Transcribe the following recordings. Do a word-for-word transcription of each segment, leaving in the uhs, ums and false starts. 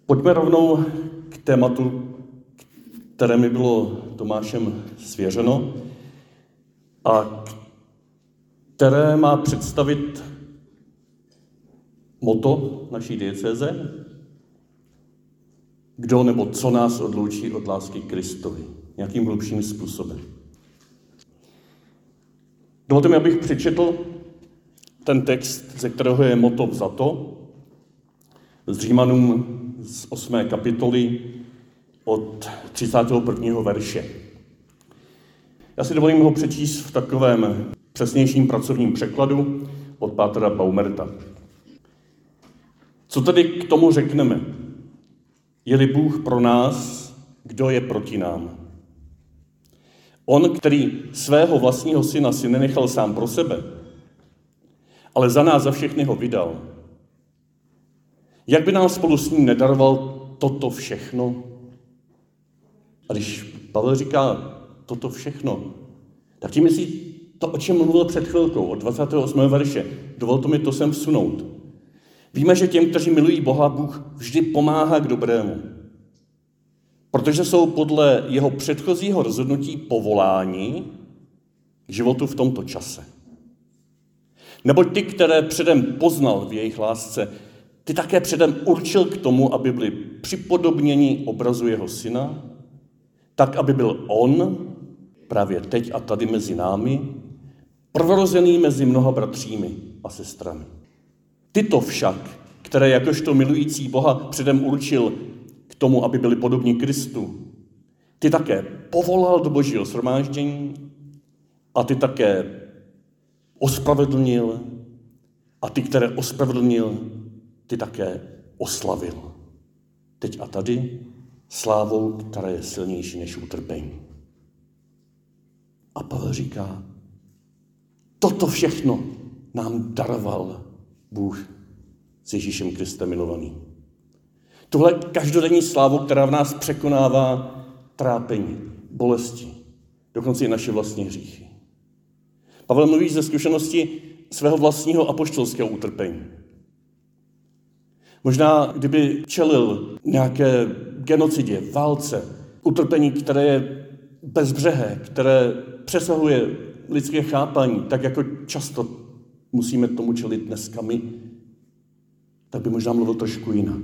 Pojďme rovnou k tématu, které mi bylo Tomášem svěřeno a které má představit motto naší diecéze. Kdo nebo co nás odloučí od lásky Kristovi? Nějakým hlubším způsobem. Dovolte mi, abych přečetl ten text, ze kterého je motto vzato, z Římanům z osmé kapitoly od třicátého prvního verše. Já si dovolím ho přečíst v takovém přesnějším pracovním překladu od Pátra Baumerta. Co tedy k tomu řekneme? Je-li Bůh pro nás, kdo je proti nám? On, který svého vlastního syna si nenechal sám pro sebe, ale za nás za všechny ho vydal. Jak by nám spolu s ním nedaroval toto všechno? A když Pavel říká toto všechno, tak tím myslí to, o čem mluvil před chvilkou, od dvacátého osmého verše. Dovolte mi to sem vsunout. Víme, že těm, kteří milují Boha, Bůh vždy pomáhá k dobrému. Protože jsou podle jeho předchozího rozhodnutí povoláni k životu v tomto čase. Neboť ty, které předem poznal v jejich lásce, ty také předem určil k tomu, aby byli připodobněni obrazu jeho syna, tak, aby byl on, právě teď a tady mezi námi, prvorozený mezi mnoha bratřími a sestrami. Tyto však, které jakožto milující Boha předem určil k tomu, aby byli podobní Kristu, ty také povolal do Božího shromáždění a ty také ospravedlnil a ty, které ospravedlnil, ty také oslavil. Teď a tady slávou, která je silnější než utrpení. A Pavel říká, toto všechno nám daroval Bůh s Ježíšem Kristem milovaný. Tuhle každodenní slávu, která v nás překonává trápení, bolesti, dokonce i naše vlastní hříchy. Pavel mluví ze zkušenosti svého vlastního apoštolského utrpení. Možná, kdyby čelil nějaké genocidě, válce, utrpení, které je bezbřehé, které přesahuje lidské chápání, tak jako často musíme tomu čelit dneska my, tak by možná mluvil trošku jinak.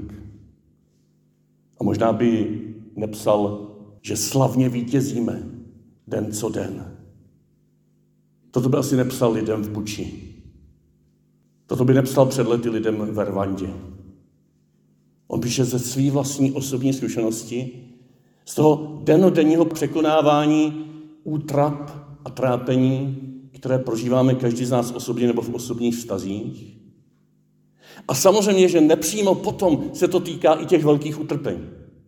A možná by nepsal, že slavně vítězíme den co den. Toto by asi nepsal lidem v Buči. Toto by nepsal před lety lidem ve Rwandě. On píše ze své vlastní osobní zkušenosti, z toho dennodenního překonávání útrap a trápení, které prožíváme každý z nás osobně nebo v osobních vztazích. A samozřejmě, že nepřímo potom se to týká i těch velkých utrpení.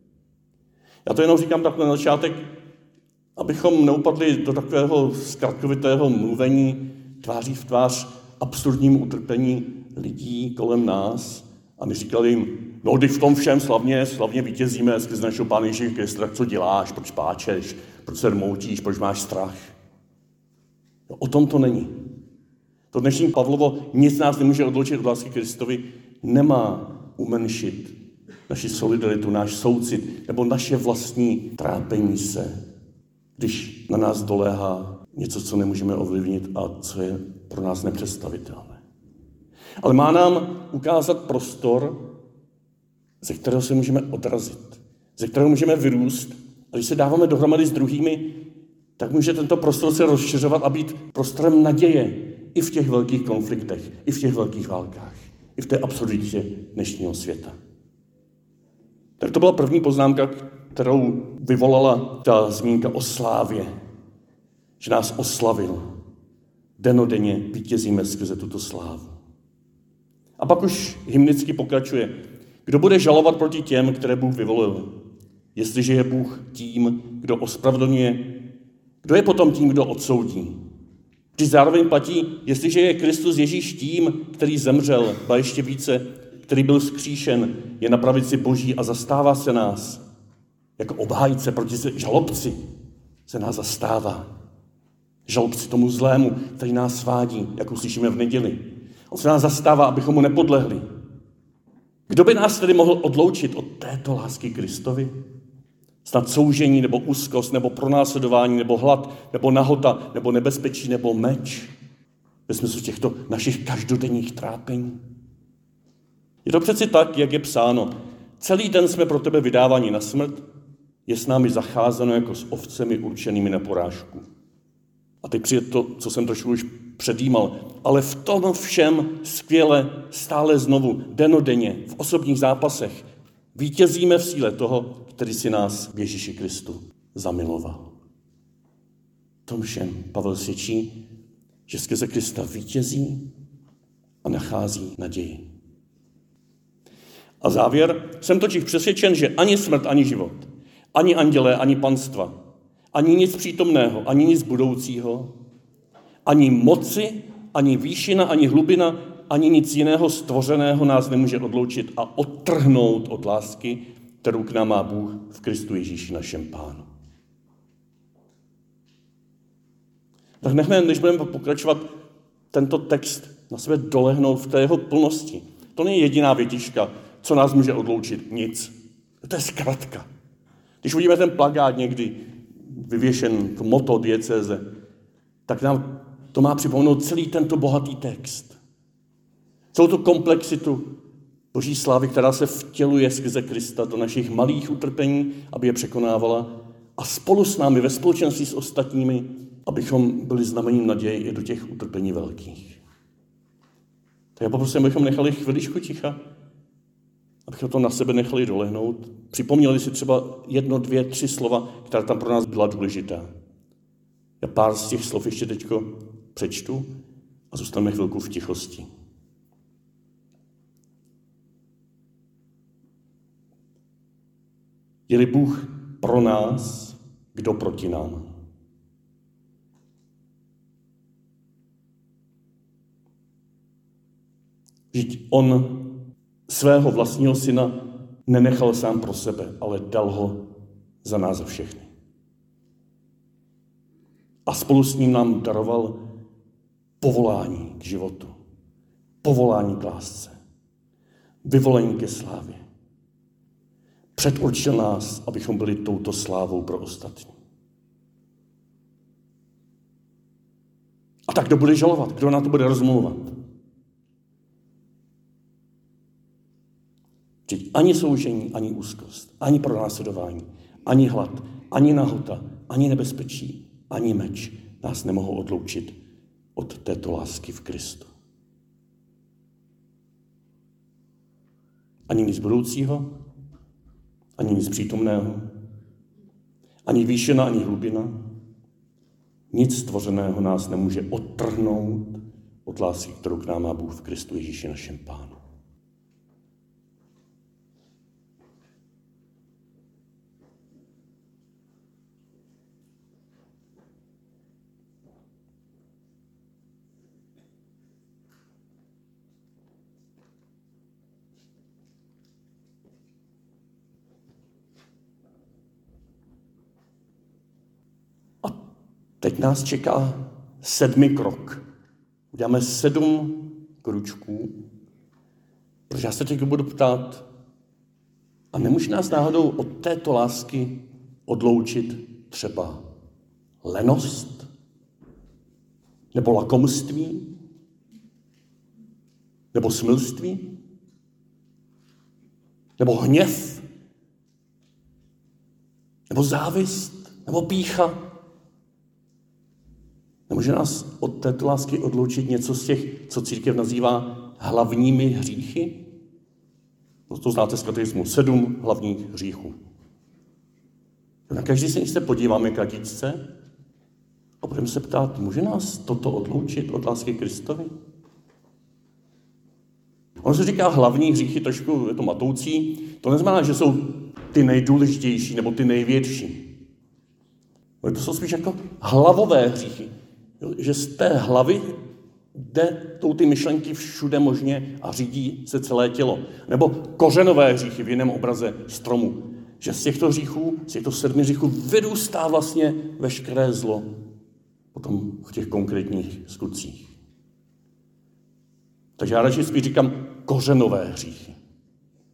Já to jenom říkám takhle na začátek, abychom neupadli do takového zkratkovitého mluvení tváří v tvář absurdnímu utrpení lidí kolem nás a my říkali jim, no když v tom všem slavně, slavně vítězíme skrze našeho Pána Ježíše Krista, co děláš, proč pláčeš, proč se rmoutíš, proč máš strach. No, o tom to není. To dnešní Pavlovo nic nás nemůže odloučit od lásky Kristovi, nemá umenšit naši solidaritu, náš soucit nebo naše vlastní trápení se, když na nás doléhá něco, co nemůžeme ovlivnit a co je pro nás nepředstavitelné. Ale má nám ukázat prostor, ze kterého se můžeme odrazit, ze kterého můžeme vyrůst. A když se dáváme dohromady s druhými, tak může tento prostor se rozšiřovat a být prostorem naděje i v těch velkých konfliktech, i v těch velkých válkách, i v té absurditě dnešního světa. Tak to byla první poznámka, kterou vyvolala ta zmínka o slávě, že nás oslavil. Dennodenně vítězíme skrze tuto slávu. A pak už hymnicky pokračuje. Kdo bude žalovat proti těm, které Bůh vyvolil? Jestliže je Bůh tím, kdo ospravedlňuje, kdo je potom tím, kdo odsoudí? Když zároveň platí, jestliže je Kristus Ježíš tím, který zemřel, ba ještě více, který byl vzkříšen, je na pravici Boží a zastává se nás. Jako obhájce proti žalobci se nás zastává. Žalobci tomu zlému, který nás svádí, jak uslyšíme v neděli. On se nás zastává, abychom mu nepodlehli. Kdo by nás tedy mohl odloučit od této lásky Kristovi? Snad soužení, nebo úzkost, nebo pronásledování, nebo hlad, nebo nahota, nebo nebezpečí, nebo meč? Ve smyslu těchto našich každodenních trápení. Je to přeci tak, jak je psáno. Celý den jsme pro tebe vydáváni na smrt, je s námi zacházeno jako s ovcemi určenými na porážku. A teď přijde to, co jsem trošku už předjímal. Ale v tom všem skvěle, stále znovu, denodenně, v osobních zápasech, vítězíme v síle toho, který si nás v Ježíši Kristu zamiloval. V tom všem Pavel svědčí, že skrze Krista vítězí a nachází naději. A závěr, jsem totiž přesvědčen, že ani smrt, ani život, ani andělé, ani panstva, ani nic přítomného, ani nic budoucího, ani moci, ani výšina, ani hlubina, ani nic jiného stvořeného nás nemůže odloučit a odtrhnout od lásky, kterou k nám má Bůh v Kristu Ježíši našem Pánu. Tak nechme, než budeme pokračovat, tento text na sebe dolehnout v té jeho plnosti. To není jediná větička, co nás může odloučit. Nic. To je zkratka. Když uvidíme ten plakát někdy vyvěšen, to motto diecéze, tak nám to má připomenout celý tento bohatý text. Celou tu komplexitu Boží slávy, která se vtěluje skrze Krista do našich malých utrpení, aby je překonávala a spolu s námi ve společenství s ostatními, abychom byli znamením naděje i do těch utrpení velkých. Tak já poprosím, abychom nechali chviličku ticha, abychom to na sebe nechali dolehnout. Připomněli si třeba jedno, dvě, tři slova, která tam pro nás byla důležitá. Já pár z těch slov ještě teďko přečtu a zůstaneme chvilku v tichosti. Je-li Bůh pro nás, kdo proti nám? Vždyť on svého vlastního syna nenechal sám pro sebe, ale dal ho za nás za všechny. A spolu s ním nám daroval povolání k životu, povolání k lásce, vyvolení ke slávě. Předurčil nás, abychom byli touto slávou pro ostatní. A tak kdo bude žalovat? Kdo na to bude rozmlouvat? Vždyť ani soužení, ani úzkost, ani pronásledování, ani hlad, ani nahota, ani nebezpečí, ani meč nás nemohou odloučit od této lásky v Kristu. Ani nic budoucího, ani nic přítomného, ani výšina, ani hlubina. Nic stvořeného nás nemůže odtrhnout od lásky, kterou k nám má Bůh v Kristu Ježíši našem Pánu. Teď nás čeká sedmi krok. Uděláme sedm kručků, protože já se teď budu ptát, a nemůže nás náhodou od této lásky odloučit třeba lenost? Nebo lakomství? Nebo smilství? Nebo hněv? Nebo závist? Nebo pýcha? Nemůže nás od této lásky odloučit něco z těch, co církev nazývá hlavními hříchy? No to znáte z katechismu. Sedm hlavních hříchů. Na každý se se podíváme k ladičce a budeme se ptát, může nás toto odloučit od lásky Kristovi? Ono se říká hlavní hříchy, trošku je to matoucí. To neznamená, že jsou ty nejdůležitější nebo ty největší. Ale to jsou spíš jako hlavové hříchy. Že z té hlavy jde tou ty myšlenky všude možně a řídí se celé tělo. Nebo kořenové hříchy v jiném obraze stromu. Že z těchto hříchů, z těchto sedmi hříchů vyrůstá vlastně veškeré zlo potom v těch konkrétních skutcích. Takže já radši spíš říkám kořenové hříchy.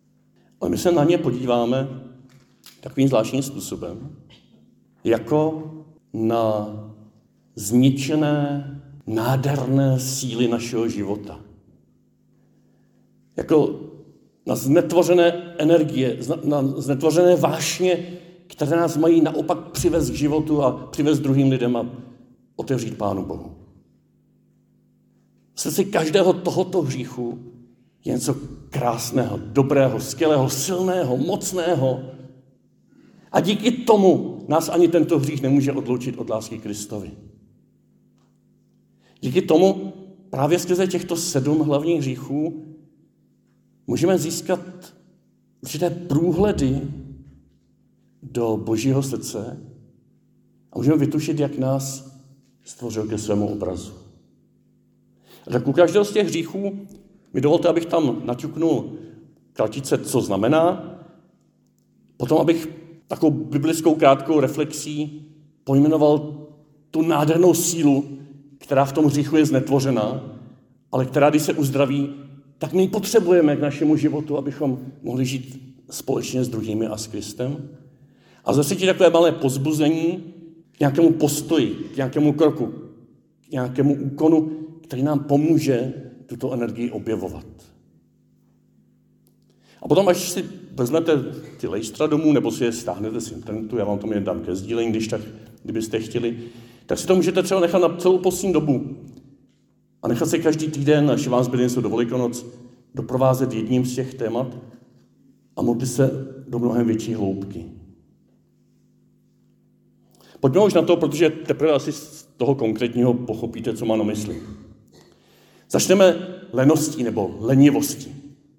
Ale my se na ně podíváme takovým zvláštním způsobem, jako na zničené, nádherné síly našeho života. Jako na znetvořené energie, na znetvořené vášně, které nás mají naopak přivést k životu a přivést druhým lidem a otevřít Pánu Bohu. V srdci každého tohoto hříchu je něco krásného, dobrého, skvělého, silného, mocného. A díky tomu nás ani tento hřích nemůže odloučit od lásky Kristovi. Díky tomu právě skrze těchto sedm hlavních hříchů můžeme získat určité průhledy do Božího srdce a můžeme vytušit, jak nás stvořil ke svému obrazu. A tak u každého z těch hříchů mi dovolte, abych tam naťuknul kratice, co znamená, potom abych takovou biblickou krátkou reflexí pojmenoval tu nádhernou sílu, která v tom hříchu je znetvořená, ale která, když se uzdraví, tak my ji potřebujeme k našemu životu, abychom mohli žít společně s druhými a s Kristem. A zase ti takové malé pozbuzení k nějakému postoji, k nějakému kroku, k nějakému úkonu, který nám pomůže tuto energii objevovat. A potom, až si vezmete ty lejstra domů, nebo si je stáhnete z internetu, já vám to jen dám ke sdílení, když tak, kdybyste chtěli, tak si to můžete třeba nechat na celou postní dobu. A nechat se každý týden, až vám zbyde něco do Velikonoc, doprovázet jedním z těch témat a modlit se do mnohem větší hloubky. Pojďme už na to, protože teprve asi z toho konkrétního pochopíte, co má na mysli. Začneme leností nebo lenivostí.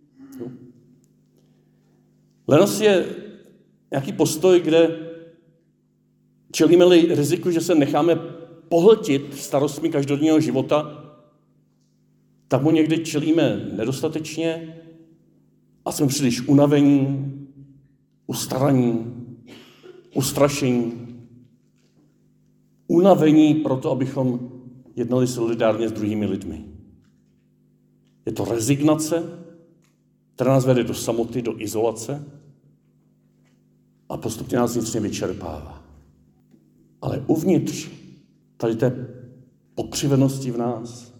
Lenost je nějaký postoj, kde čelíme-li riziku, že se necháme pohltit starostmi každodenního života, tak mu někdy čelíme nedostatečně a jsme příliš unavení, ustaraní, ustrašení. Unavení proto, abychom jednali solidárně s druhými lidmi. Je to rezignace, která nás vede do samoty, do izolace a postupně nás vnitřně vyčerpává. Ale uvnitř tady té pokřivenosti v nás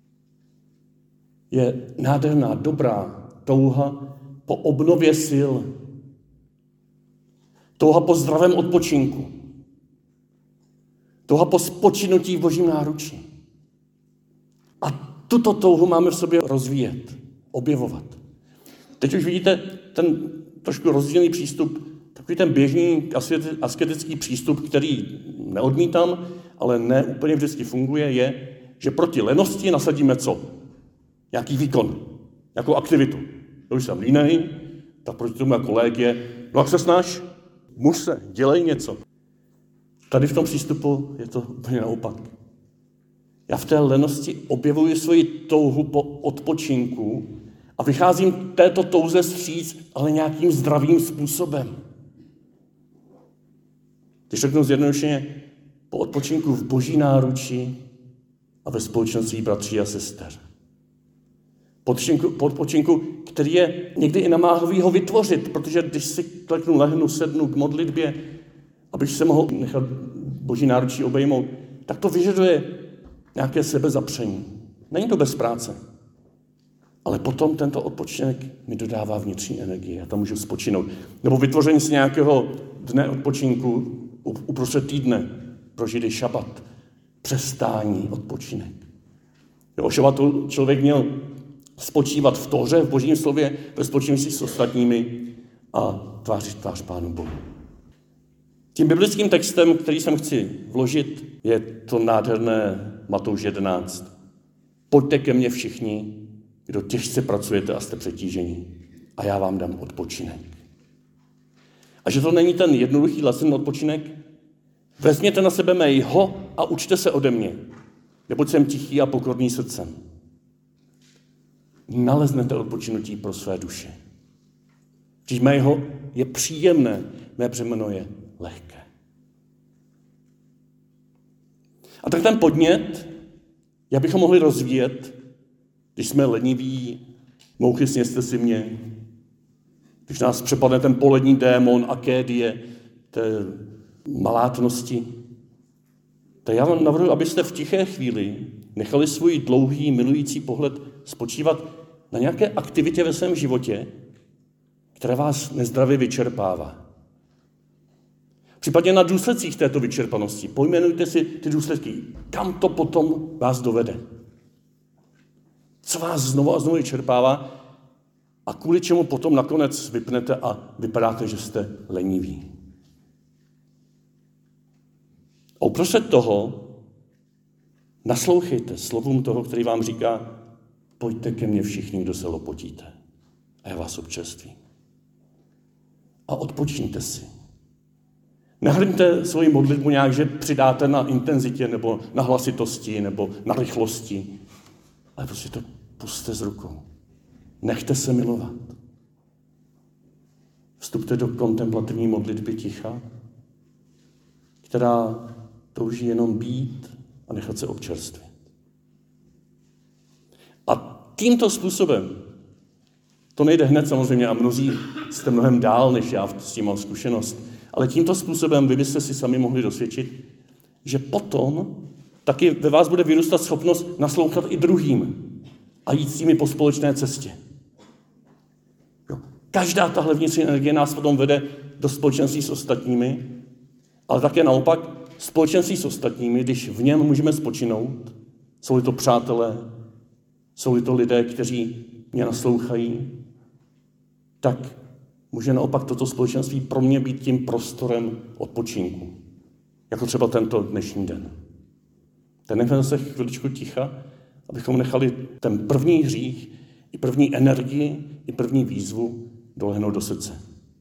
je nádherná, dobrá touha po obnově sil. Touha po zdravém odpočinku. Touha po spočinutí v Božím náručí. A tuto touhu máme v sobě rozvíjet, objevovat. Teď už vidíte ten trošku rozdílný přístup, takový ten běžný asketický přístup, který neodmítám, ale ne úplně vždycky funguje, je, že proti lenosti nasadíme co? Nějaký výkon, nějakou aktivitu. Když jsem línej, tak proti tomu jako lék je, no jak se snaž, muž se, dělej něco. Tady v tom přístupu je to úplně naopak. Já v té lenosti objevuji svoji touhu po odpočinku a vycházím této touze vstříc, ale nějakým zdravým způsobem. Když řeknu zjednodušeně, po odpočinku v Boží náruči a ve společenství bratří a sester. Po odpočinku, po odpočinku, který je někdy i namáhavý ho vytvořit, protože když si kleknu, lehnu, sednu k modlitbě, abych se mohl nechat Boží náručí obejmout, tak to vyžaduje nějaké sebezapření. Není to bez práce. Ale potom tento odpočinek mi dodává vnitřní energii. Já tam můžu spočinout. Nebo vytvoření si nějakého dne odpočinku uprostřed týdne. Pro Židy šabat. Přestání, odpočinek. O šabatu člověk měl spočívat v Tóře, v Božím slově, ve spočinutí s ostatními a tvářit tvář Pánu Bohu. Tím biblickým textem, který jsem chci vložit, je to nádherné Matouš jedenáct. Pojďte ke mně všichni, kdo těžce pracujete a jste přetíženi, a já vám dám odpočinek. A že to není ten jednoduchý laciný odpočinek, vezměte na sebe mého a učte se ode mě, neboť jsem tichý a pokorný srdcem. Naleznete odpočinutí pro své duše. Vždyť mého je příjemné, mé břemeno je lehké. A tak ten podnět, jak bychom mohli rozvíjet, když jsme leniví, mouchy sněste si mě, Když nás přepadne ten polední démon akédie, té malátnosti, tak já vám navrhuji, abyste v tiché chvíli nechali svůj dlouhý, milující pohled spočívat na nějaké aktivitě ve svém životě, která vás nezdravě vyčerpává. Případně na důsledcích této vyčerpanosti. Pojmenujte si ty důsledky. Kam to potom vás dovede? Co vás znovu a znovu vyčerpává a kvůli čemu potom nakonec vypnete a vypadáte, že jste leniví. A uprostřed toho naslouchejte slovům toho, který vám říká: pojďte ke mně všichni, kdo se lopotíte, a já vás občerstvím. A odpočíňte si. Nehrňte svoji modlitbu nějak, že přidáte na intenzitě, nebo na hlasitosti, nebo na rychlosti, ale prostě to pusťte z rukou. Nechte se milovat. Vstupte do kontemplativní modlitby ticha, která touží jenom být a nechat se občerstvit. A tímto způsobem, to nejde hned samozřejmě, a mnozí jste mnohem dál, než já s tím mám zkušenost, ale tímto způsobem vy byste si sami mohli dosvědčit, že potom taky ve vás bude vyrůstat schopnost naslouchat i druhým a jít s nimi po společné cestě. Jo. Každá tahle vnitřní energie nás potom vede do společenství s ostatními, ale také naopak společenství s ostatními, když v něm můžeme spočinout, jsou-li to přátelé, jsou-li to lidé, kteří mě naslouchají, tak může naopak toto společenství pro mě být tím prostorem odpočinku. Jako třeba tento dnešní den. Tak nechme se chviličku ticha, abychom nechali ten první hřích, i první energii, i první výzvu dolehnout do srdce.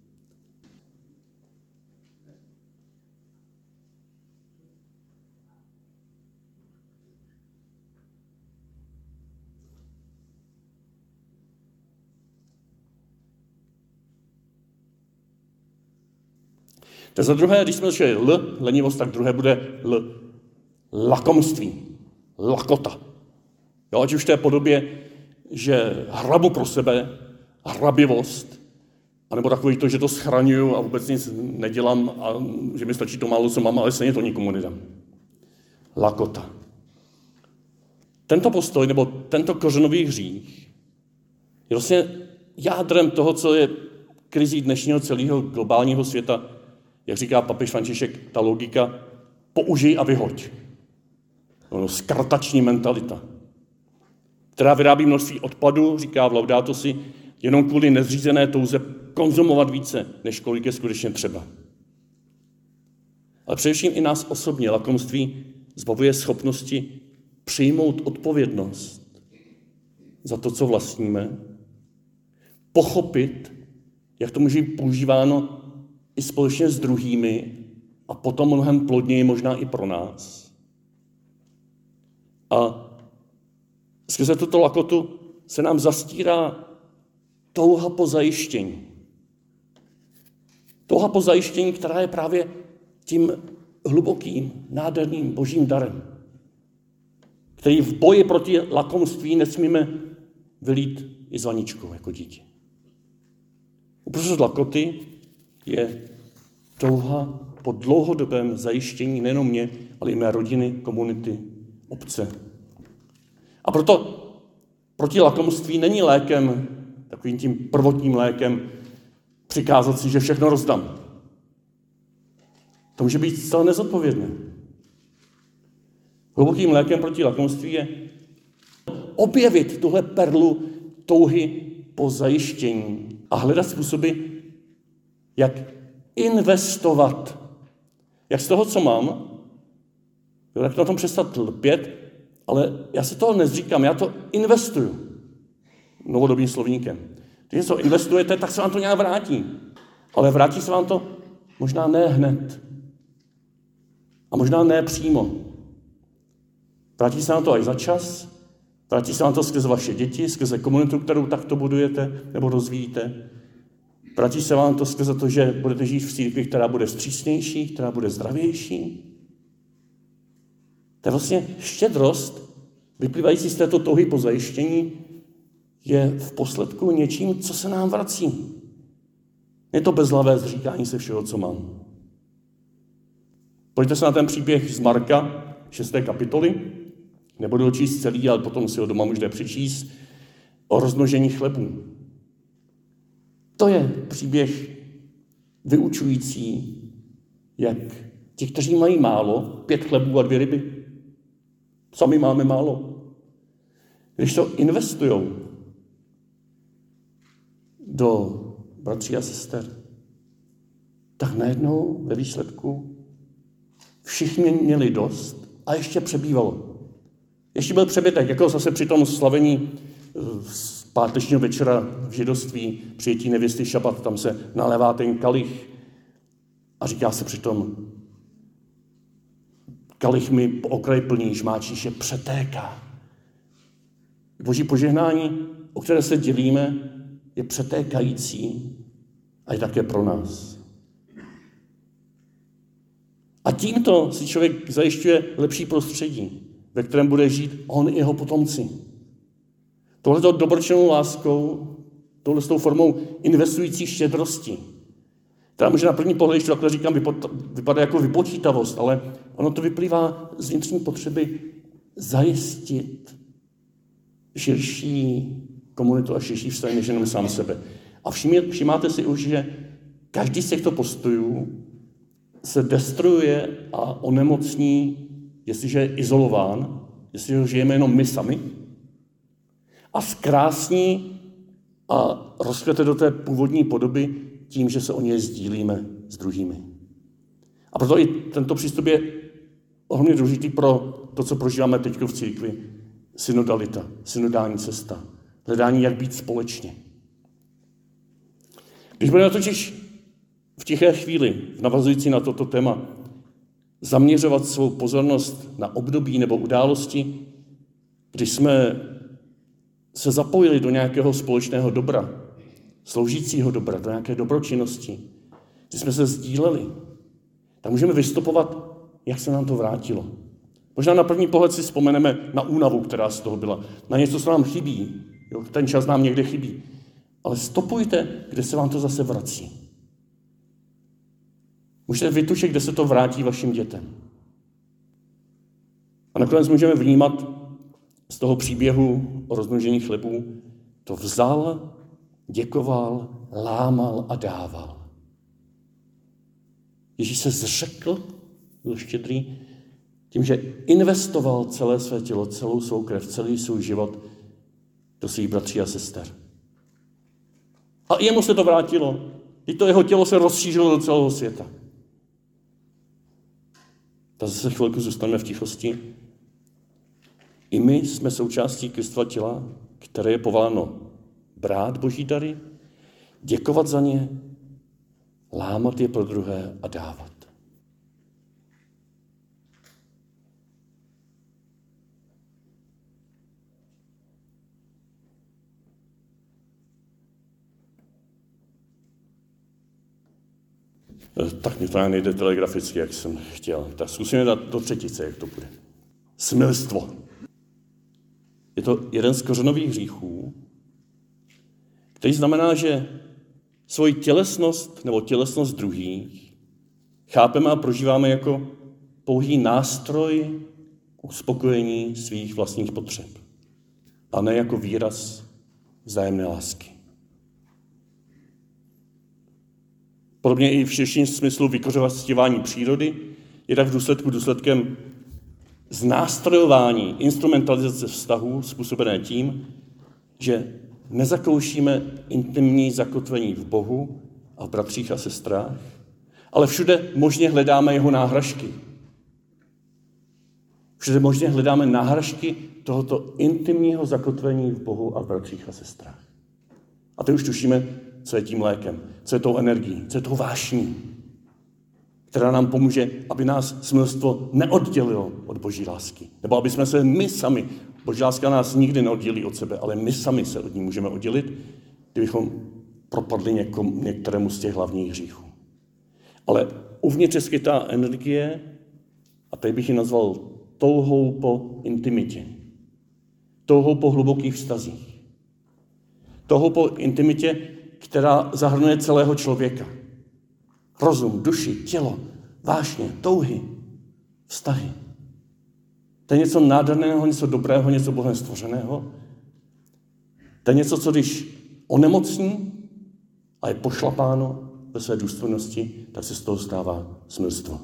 Tak za druhé, když jsme začali L, lenivost, tak druhé bude L, lakomství, lakota. Jo, ať už v té podobě, že hrabu pro sebe, hrabivost, anebo takový to, že to schraňuju a vůbec nic nedělám a že mi stačí to málo, co mám, ale stejně to nikomu nedám. Lakota. Tento postoj, nebo tento kořenový hřích, je vlastně jádrem toho, co je krizí dnešního celého globálního světa. Jak říká papež František, ta logika použij a vyhoď. No, skartační mentalita, která vyrábí množství odpadu, říká v Laudato si, jenom kvůli nezřízené touze konzumovat více, než kolik je skutečně třeba. Ale především i nás osobně lakomství zbavuje schopnosti přijmout odpovědnost za to, co vlastníme, pochopit, jak to může být používáno i společně s druhými a potom mnohem plodněji možná i pro nás. A skrze tuto lakotu se nám zastírá touha po zajištění. Touha po zajištění, která je právě tím hlubokým, nádherným božím darem, který v boji proti lakomství nesmíme vylít i s vaničkou jako dítě. Uprostřed lakoty je touha po dlouhodobém zajištění nejenom mě, ale i mé rodiny, komunity, obce. A proto proti lakomství není lékem, takovým tím prvotním lékem, přikázat si, že všechno rozdám. To může být zcela nezodpovědné. Hlubokým lékem proti lakomství je objevit tuhle perlu touhy po zajištění a hledat způsoby, jak investovat. Jak z toho, co mám, jak na tom přestat lpět, ale já se toho nezříkám, já to investuju novodobým slovníkem. Když něco investujete, tak se vám to nějak vrátí. Ale vrátí se vám to možná ne hned. A možná ne přímo. Vrátí se vám to i za čas, vrátí se vám to skrze vaše děti, skrze komunitu, kterou takto budujete nebo rozvíjíte. Vrátí se vám to skrze to, že budete žít v církvi, která bude vstřícnější, která bude zdravější. To je vlastně štědrost, vyplývající z této touhy po zajištění, je v posledku něčím, co se nám vrací. Je to bezhlavé zříkání se všeho, co mám. Pojďte se na ten příběh z Marka, šesté kapitoly. Nebudu ho číst celý, ale potom si ho doma můžete přečíst. O rozmnožení chlebů. To je příběh vyučující, jak ti, kteří mají málo, pět chlebů a dvě ryby. Sami máme málo. Když to investujou do bratří a sester, tak najednou ve výsledku všichni měli dost a ještě přebývalo. Ještě byl přebytek, jako zase při tom slavení z pátečního večera v židovství, přijetí nevěsty šabat, tam se nalévá ten kalich a říká se přitom, kalich mi po okraji plný, žmáčíše přetéká. Boží požehnání, o které se dělíme, je přetékající a je také pro nás. A tímto si člověk zajišťuje lepší prostředí, ve kterém bude žít on i jeho potomci. Tohleto dobročinnou láskou, touhletou formou investující štědrosti, která může na první pohled, když to takhle říkám, vypadá jako vypočítavost, ale ono to vyplývá z vnitřní potřeby zajistit širší komunitu a širší vztahy než jenom sám sebe. A všimáte si už, že každý z těchto postojů se destruuje a onemocní, jestliže je izolován, jestliže žijeme jenom my sami, a zkrásní a rozkvete do té původní podoby tím, že se o něj sdílíme s druhými. A proto i tento přístup je ohromně důležitý pro to, co prožíváme teď v církvi. Synodalita, synodální cesta, hledání, jak být společně. Když budeme totiž v tiché chvíli, navazující na toto téma, zaměřovat svou pozornost na období nebo události, když jsme se zapojili do nějakého společného dobra, sloužícího dobra, do nějaké dobročinnosti, když jsme se sdíleli, tak můžeme vystupovat, jak se nám to vrátilo. Možná na první pohled si vzpomeneme na únavu, která z toho byla, na něco, co nám chybí. Jo, ten čas nám někde chybí. Ale stopujte, kde se vám to zase vrací. Můžete vytušit, kde se to vrátí vašim dětem. A nakonec můžeme vnímat z toho příběhu o rozmnožení chlebů, to vzal, děkoval, lámal a dával. Ježíš se zřekl, byl štědrý, tím, že investoval celé své tělo, celou svou krev, celý svůj život do svých bratří a sester. A i jemu se to vrátilo. I to jeho tělo se rozšířilo do celého světa. Tak zase chvilku zůstaneme v tichosti. I my jsme součástí Kristova těla, které je povoláno brát Boží dary, děkovat za ně, lámat je pro druhé a dávat. Tak mi to nejde telegraficky, jak jsem chtěl. Tak zkusíme dát do třetice, jak to bude. Smilstvo. Je to jeden z kořenových hříchů, který znamená, že svoji tělesnost nebo tělesnost druhých chápeme a prožíváme jako pouhý nástroj k uspokojení svých vlastních potřeb, a ne jako výraz vzájemné lásky. Podobně i v širším smyslu vykořisťování přírody je tak v důsledku důsledkem znástrojování, instrumentalizace vztahů způsobené tím, že nezakoušíme intimní zakotvení v Bohu a v bratřích a sestrách, ale všude možně hledáme jeho náhražky. Všude možně hledáme náhražky tohoto intimního zakotvení v Bohu a v bratřích a sestrách. A teď už tušíme, co je tím lékem, co je tou energií, co je tou vášní, která nám pomůže, aby nás smilstvo neoddělilo od Boží lásky. Nebo aby jsme se my sami, Boží láska nás nikdy neoddělí od sebe, ale my sami se od ní můžeme oddělit, kdybychom propadli někom, některému z těch hlavních hříchů. Ale uvnitř je skrytá energie, a tady bych ji nazval touhou po intimitě. Touhou po hlubokých vztazích. Touhou po intimitě, která zahrnuje celého člověka. Rozum, duši, tělo, vášně, touhy, vztahy. To je něco nádherného, něco dobrého, něco Bohem stvořeného. To je něco, co když onemocní a je pošlapáno ve své důstojnosti, tak se z toho stává smilstvo.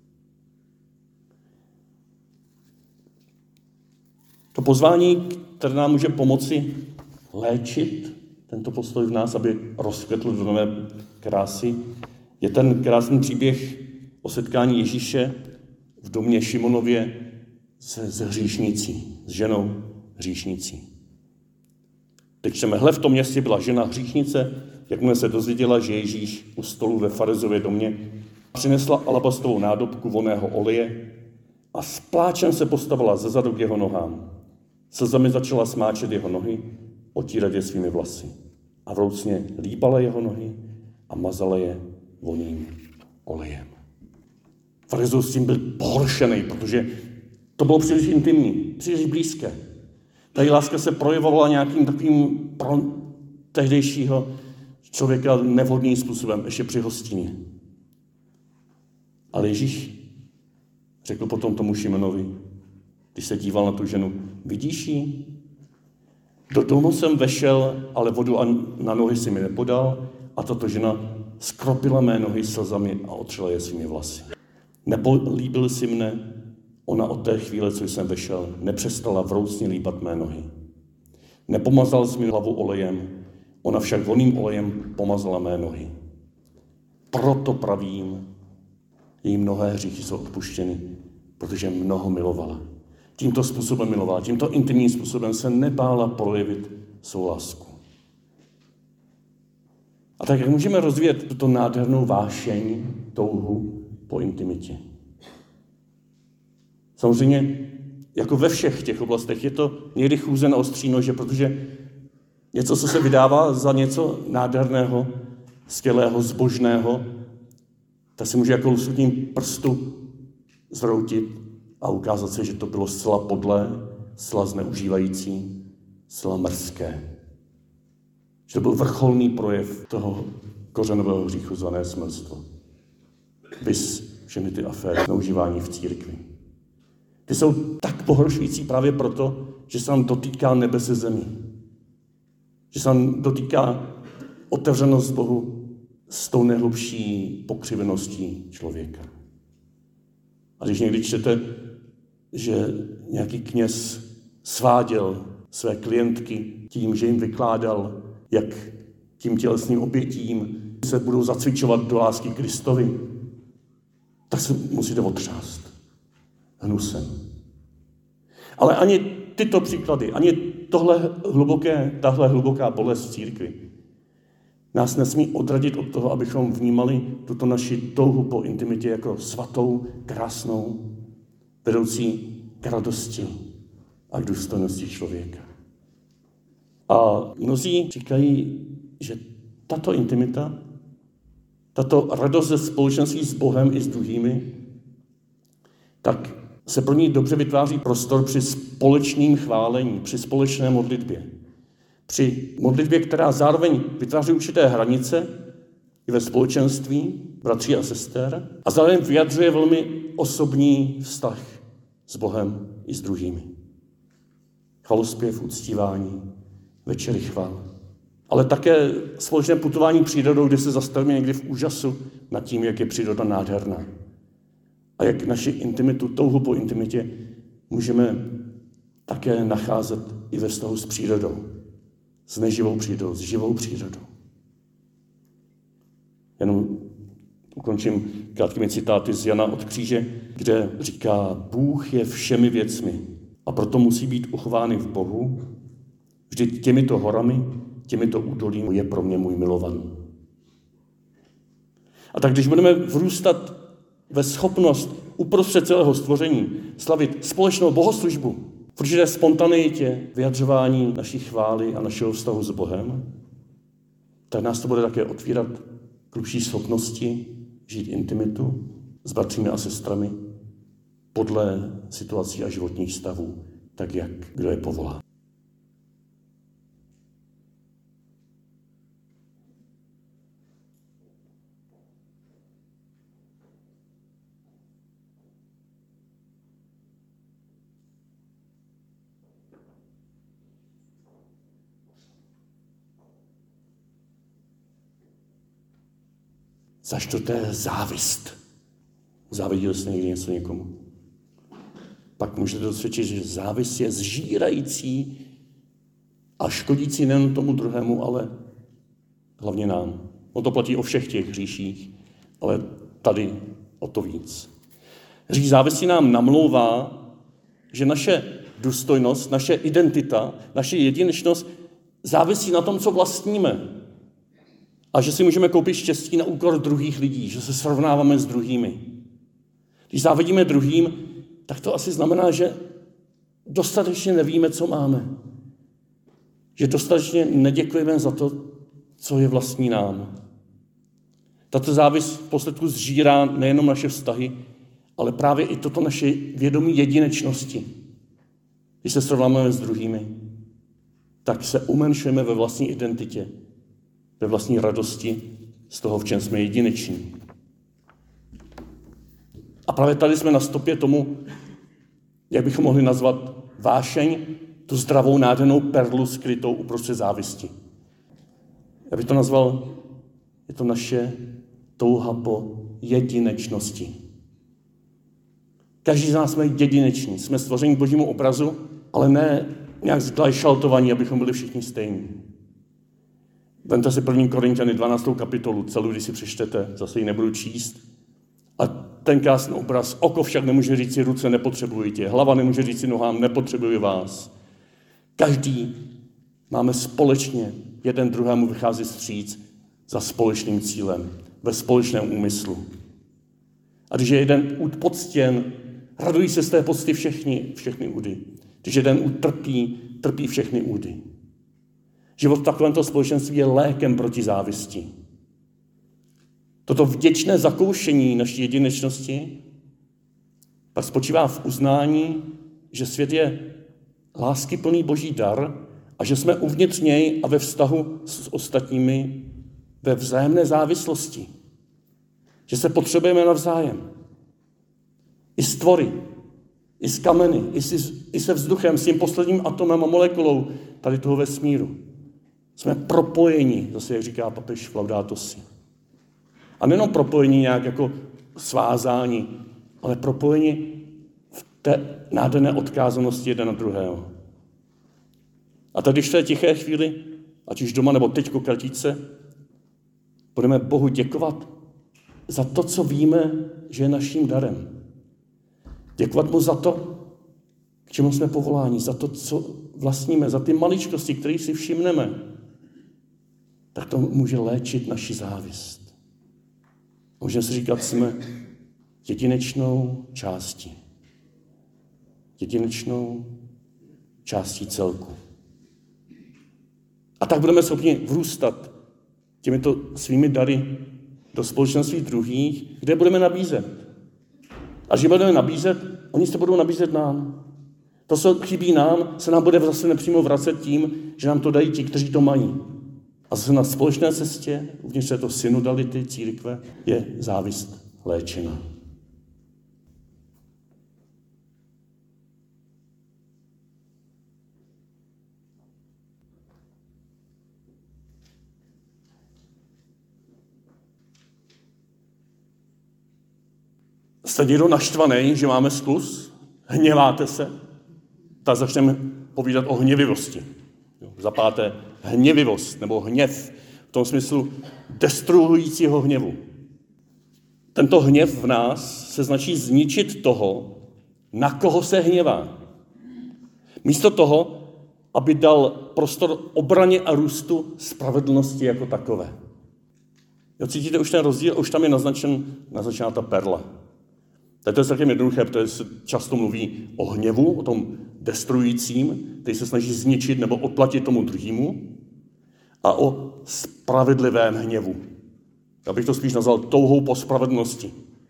To pozvání, které nám může pomoci léčit tento postoj v nás, aby rozkvetl do nové krásy, je ten krásný příběh o setkání Ježíše v domě Šimonově se, s hříšnicí, s ženou hříšnicí. Teď čteme, hle, v tom městě byla žena hříšnice, jakmile se dozvěděla, že Ježíš u stolu ve farizově domě přinesla alabastrovou nádobku vonného oleje a s pláčem se postavila zezadu k jeho nohám. Slzami začala smáčet jeho nohy, otírat je svými vlasy. A vroucně líbala jeho nohy a mazala je voným olejem. Farizeus s tím byl pohoršený, protože to bylo příliš intimní, příliš blízké. Ta láska se projevovala nějakým takovým pro tehdejšího člověka nevhodným způsobem, ještě při hostině. Ale Ježíš řekl potom tomu Šimonovi, když se díval na tu ženu, vidíš ji? Do domu jsem vešel, ale vodu na nohy si mi nepodal a tato žena skropila mé nohy slzami a otřela je svými vlasy. Nepolíbil si mne, ona od té chvíle, co jsem vešel, nepřestala vroucně líbat mé nohy. Nepomazal jsi mi hlavu olejem, ona však vonným olejem pomazala mé nohy. Proto pravím, její mnohé hříchy jsou odpuštěny, protože mnoho milovala. Tímto způsobem milovala, tímto intimním způsobem se nebála projevit svou lásku. A tak jak můžeme rozvíjet tuto nádhernou vášeň, touhu po intimitě? Samozřejmě, jako ve všech těch oblastech, je to někdy chůze na ostří nože, protože něco, co se vydává za něco nádherného, skvělého, zbožného, tak se může jako lusknutím prstu zhroutit a ukázat se, že to bylo zcela podlé, zcela zneužívající, zcela mrzké. Že to byl vrcholný projev toho kořenového hříchu zvané smilstvo. Vys všechny ty aféry zneužívání v církvi. Ty jsou tak pohoršující právě proto, že se nám dotýká nebe se zemí. Že se nám dotýká otevřenost Bohu s tou nejhlubší pokřiveností člověka. A když někdy čtete, že nějaký kněz sváděl své klientky tím, že jim vykládal, jak tím tělesným obětím se budou zacvičovat do lásky Kristovi, tak se musíte otřást hnusem. Ale ani tyto příklady, ani tohle hluboké, tahle hluboká bolest v církvi nás nesmí odradit od toho, abychom vnímali tuto naši touhu po intimitě jako svatou, krásnou, vedoucí k radosti a k důstojnosti člověka. A mnozí říkají, že tato intimita, tato radost ze společenství s Bohem i s druhými, tak se pro ní dobře vytváří prostor při společném chválení, při společné modlitbě. Při modlitbě, která zároveň vytváří určité hranice i ve společenství, bratří a sester, a zároveň vyjadřuje velmi osobní vztah s Bohem i s druhými. Chvalospěv, uctívání, večery chvál. Ale také společné putování přírodou, kde se zastavíme někdy v úžasu nad tím, jak je příroda nádherná. A jak naši intimitu, touhu po intimitě můžeme také nacházet i ve vztahu s přírodou. S neživou přírodou, s živou přírodou. Jenom ukončím krátkými citáty z Jana od kříže, kde říká, Bůh je všemi věcmi a proto musí být uchovány v Bohu. Vždyť těmito horami, těmito údolími je pro mě můj milovaný. A tak když budeme vrůstat ve schopnost uprostřed celého stvoření slavit společnou bohoslužbu, v určité spontaneitě vyjadřování naší chvály a našeho vztahu s Bohem, tak nás to bude také otvírat k hlubší schopnosti žít intimitu s bratřími a sestrami podle situací a životních stavů, tak jak kdo je povolá. Za čtvrté závist. Záviděl jste někdy něco někomu? Pak můžete dosvědčit, že závist je zžírající a škodící nejen tomu druhému, ale hlavně nám. On to platí o všech těch hříších, ale tady o to víc. Hřích závisti nám namlouvá, že naše důstojnost, naše identita, naše jedinečnost závisí na tom, co vlastníme. A že si můžeme koupit štěstí na úkor druhých lidí, že se srovnáváme s druhými. Když závidíme druhým, tak to asi znamená, že dostatečně nevíme, co máme. Že dostatečně neděkujeme za to, co je vlastní nám. Tato závist v posledku zžírá nejenom naše vztahy, ale právě i toto naše vědomí jedinečnosti. Když se srovnáme s druhými, tak se umenšujeme ve vlastní identitě, ve vlastní radosti z toho, v čem jsme jedineční. A právě tady jsme na stopě tomu, jak bychom mohli nazvat vášeň, tu zdravou, nádhernou perlu skrytou uprostřed závisti. Já bych to nazval, je to naše touha po jedinečnosti. Každý z nás jsme jedineční, jsme stvoření k Božímu obrazu, ale ne nějak zglajšaltovaní, abychom byli všichni stejní. Vemte si první Korinťany dvanáctou kapitolu, celou, když si přečtete, zase ji nebudu číst. A ten krásný obraz, oko však nemůže říct si, ruce nepotřebují tě, hlava nemůže říct si nohám, nepotřebuji vás. Každý máme společně jeden druhému vycházet vstříc za společným cílem, ve společném úmyslu. A když je jeden úd poctěn, radují se z té pocty všechny, všechny údy. Když jeden úd trpí, trpí všechny údy. Život v takovémto společenství je lékem proti závisti. Toto vděčné zakoušení naší jedinečnosti pak spočívá v uznání, že svět je láskyplný Boží dar a že jsme uvnitř něj a ve vztahu s ostatními ve vzájemné závislosti. Že se potřebujeme navzájem. I s tvory, i s kameny, i, si, i se vzduchem, s tím posledním atomem a molekulou tady toho vesmíru. Jsme propojeni, zase jak říká papež Laudato Si. A nejenom propojení nějak jako svázání, ale propojení v té nádherné odkázanosti jeden na druhého. A tady, když v té tiché chvíli, ať už doma nebo teďko kratíce, budeme Bohu děkovat za to, co víme, že je naším darem. Děkovat mu za to, k čemu jsme povoláni, za to, co vlastníme, za ty maličkosti, které si všimneme. Tak to může léčit naši závist. Můžeme si říkat, jsme jedinečnou částí. Jedinečnou částí celku. A tak budeme schopni vrůstat těmito svými dary do společenství druhých, kde budeme nabízet. A když budeme nabízet, oni se budou nabízet nám. To, co chybí nám, se nám bude zase nepřímo vracet tím, že nám to dají ti, kteří to mají. A zase na společné cestě, uvnitř této synodality církve, je závist léčena. Jste někdo naštvaný, že máme skluz? Hněváte se? Tak začneme povídat o hněvivosti. Za páté, hněvivost nebo hněv v tom smyslu destruujícího hněvu. Tento hněv v nás se značí zničit toho, na koho se hněvá. Místo toho, aby dal prostor obraně a růstu spravedlnosti jako takové. Jo, cítíte už ten rozdíl? Už tam je naznačen, naznačená ta perla. To je celkem jednoduché, protože se často mluví o hněvu, o tom destruujícím, který se snaží zničit nebo odplatit tomu druhému, a o spravedlivém hněvu. Já bych to spíš nazval touhou po spravedlnosti.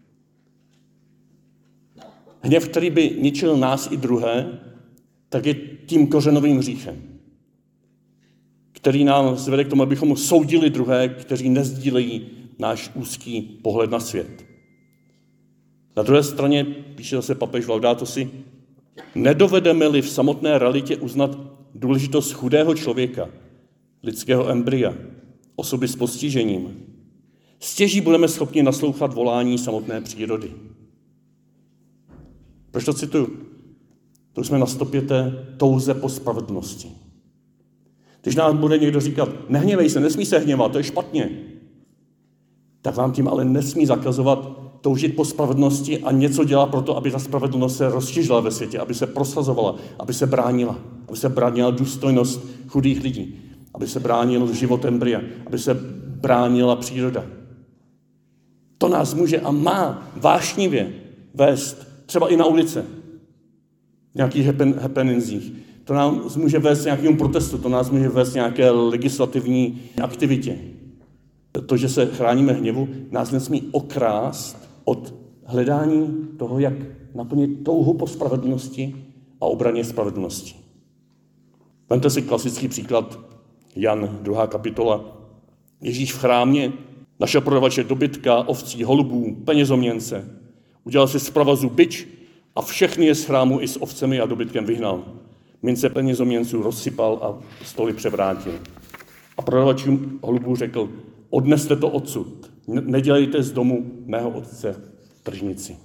Hněv, který by ničil nás i druhé, tak je tím kořenovým hříchem, který nám zvede k tomu, abychom soudili druhé, kteří nezdílejí náš úzký pohled na svět. Na druhé straně, píše zase papež Laudato Si, nedovedeme-li v samotné realitě uznat důležitost chudého člověka, lidského embrya, osoby s postižením, stěží budeme schopni naslouchat volání samotné přírody. Proč to cituju? To jsme na stopě té touze po spravedlnosti. Když nám bude někdo říkat, nehněvej se, nesmí se hněvat, to je špatně, tak vám tím ale nesmí zakazovat toužit po spravedlnosti a něco dělat pro to, aby ta spravedlnost se rozšířila ve světě, aby se prosazovala, aby se bránila, aby se bránila důstojnost chudých lidí, aby se bránil život embrya, aby se bránila příroda. To nás může a má vášnivě vést třeba i na ulice, v nějakých happen, happeningzích. To nás může vést k nějakému protestu, to nás může vést k nějaké legislativní aktivitě. To, že se chráníme hněvu, nás nesmí okrást od hledání toho, jak naplnit touhu po spravedlnosti a obraně spravedlnosti. Vemte si klasický příklad Jan, druhá kapitola. Ježíš v chrámě našel prodavače dobytka, ovcí, holubů, penězoměnce. Udělal si z pravazu bič a všechny je z chrámu i s ovcemi a dobytkem vyhnal. Mince penězoměnců rozsypal a stoly převrátil. A prodavačům holubů řekl, odneste to odsud, nedělejte z domu mého otce tržnici.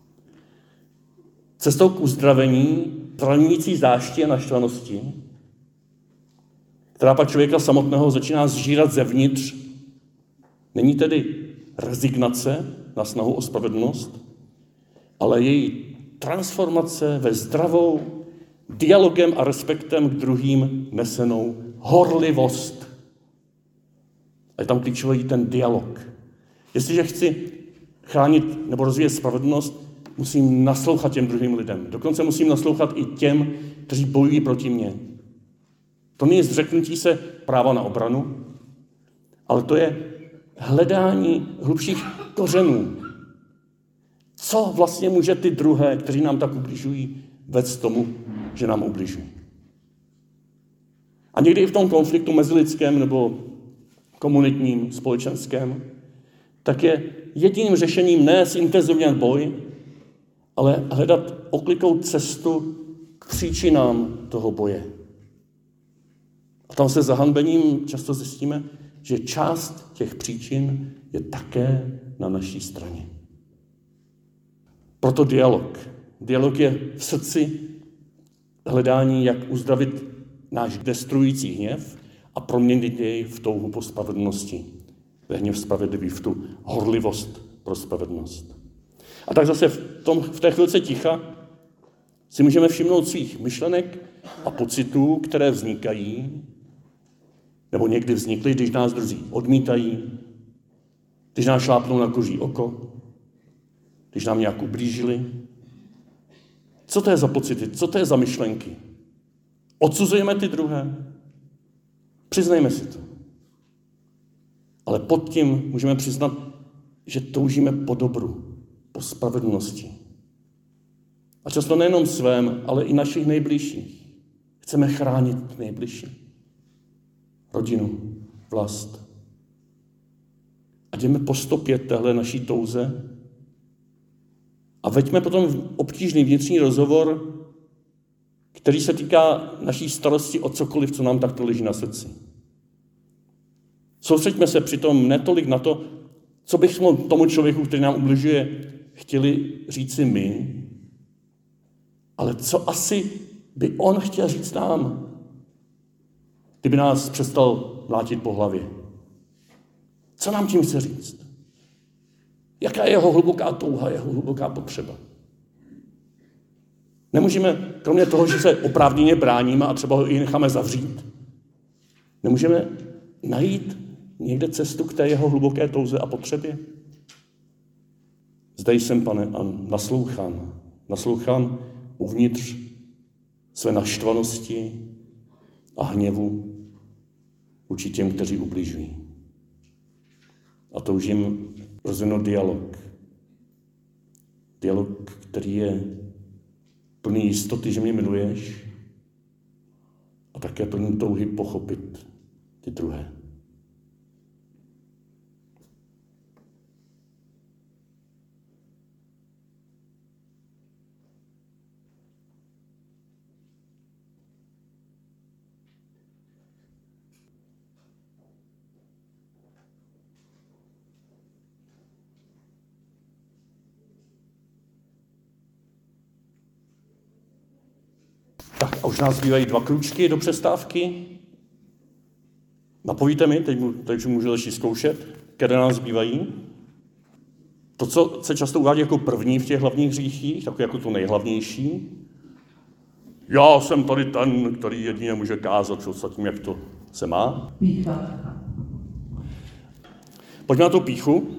Cestou k uzdravení zraňující zášti a naštvanosti, která pak člověka samotného začíná zžírat zevnitř, není tedy rezignace na snahu o spravedlnost, ale její transformace ve zdravou, dialogem a respektem k druhým nesenou horlivost. A je tam klíčový ten dialog. Jestliže chci chránit nebo rozvíjet spravedlnost, musím naslouchat těm druhým lidem. Dokonce musím naslouchat i těm, kteří bojují proti mně. To není zřeknutí se práva na obranu, ale to je hledání hlubších kořenů. Co vlastně může ty druhé, kteří nám tak ubližují, vést tomu, že nám ubližují. A někdy i v tom konfliktu mezilidském nebo komunitním, společenském, tak je jediným řešením ne zintenzivňovat boj, ale hledat oklikou cestu k příčinám toho boje. A tam se zahanbením často zjistíme, že část těch příčin je také na naší straně. Proto dialog. Dialog je v srdci hledání, jak uzdravit náš destruující hněv a proměnit jej v touhu po spravedlnosti. Ve hněv spravedlivý, v tu horlivost pro spravedlnost. A tak zase v, tom, v té chvilce ticha si můžeme všimnout svých myšlenek a pocitů, které vznikají, nebo někdy vznikly, když nás druzí odmítají, když nás šlápnou na koží oko, když nám nějak ublížili. Co to je za pocity? Co to je za myšlenky? Odsuzujeme ty druhé? Přiznejme si to. Ale pod tím můžeme přiznat, že toužíme po dobru, po spravedlnosti. A často nejenom svém, ale i našich nejbližších. Chceme chránit nejbližší. Rodinu, vlast. A jdeme po stopě téhle naší touze a veďme potom obtížný vnitřní rozhovor, který se týká naší starosti o cokoliv, co nám takto leží na srdci. Soustřeďme se přitom netolik na to, co bychom tomu člověku, který nám ubližuje, chtěli říci my, ale co asi by on chtěl říct nám, kdyby nás přestal mlátit po hlavě. Co nám tím chce říct? Jaká je jeho hluboká touha, jeho hluboká potřeba? Nemůžeme, kromě toho, že se oprávněně bráníme a třeba ho i necháme zavřít, nemůžeme najít někde cestu k té jeho hluboké touze a potřebě? Zde jsem, Pane, a naslouchám. Naslouchám uvnitř své naštvanosti a hněvu vůči těm, kteří ubližují. A toužím rozvinout dialog. Dialog, který je plný jistoty, že mě miluješ, a také plný touhy pochopit ty druhé. Tak a už nás zbývají dva krůčky do přestávky. Napovíte mi, teď, teď můžu začít zkoušet, které nás zbývají. To, co se často uvádí jako první v těch hlavních hříchích, tak jako to nejhlavnější. Já jsem tady ten, který jedině může kázat ostatním, jak to se má. Pícha. Pojďme na tu pýchu.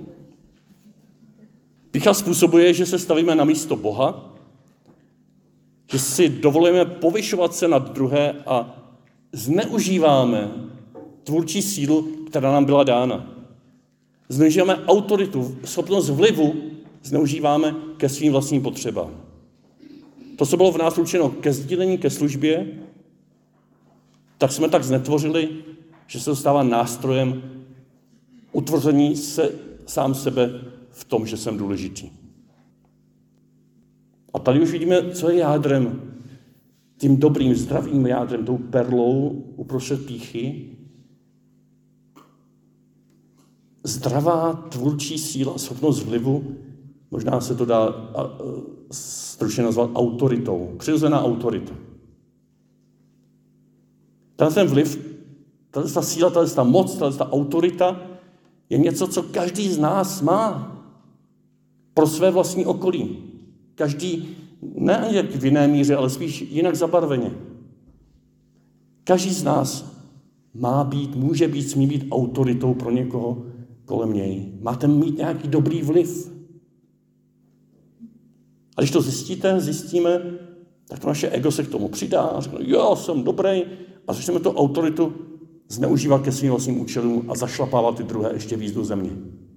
Pýcha způsobuje, že se stavíme na místo Boha, že si dovolujeme povyšovat se nad druhé a zneužíváme tvůrčí sílu, která nám byla dána. Zneužíváme autoritu, schopnost vlivu, zneužíváme ke svým vlastním potřebám. To, co bylo v nás určeno ke sdílení, ke službě, tak jsme tak znetvořili, že se to stává nástrojem utvrzení se sám sebe v tom, že jsem důležitý. A tady už vidíme, co je jádrem, tím dobrým, zdravým jádrem, tou perlou uprostřed pýchy. Zdravá tvůrčí síla, schopnost vlivu, možná se to dá stručně nazvat autoritou, přirozená autorita. Ten vliv, ta síla, ta moc, ta autorita je něco, co každý z nás má pro své vlastní okolí. Každý, ne jak v jiné míře, ale spíš jinak zabarveně. Každý z nás má být, může být, smí být autoritou pro někoho kolem něj. Máte mít nějaký dobrý vliv. A když to zjistíte, zjistíme, tak to naše ego se k tomu přidá a řekne, jo, jsem dobrý, a začneme tu autoritu zneužívat ke svým vlastním účelům a zašlapávat ty druhé ještě víc do země.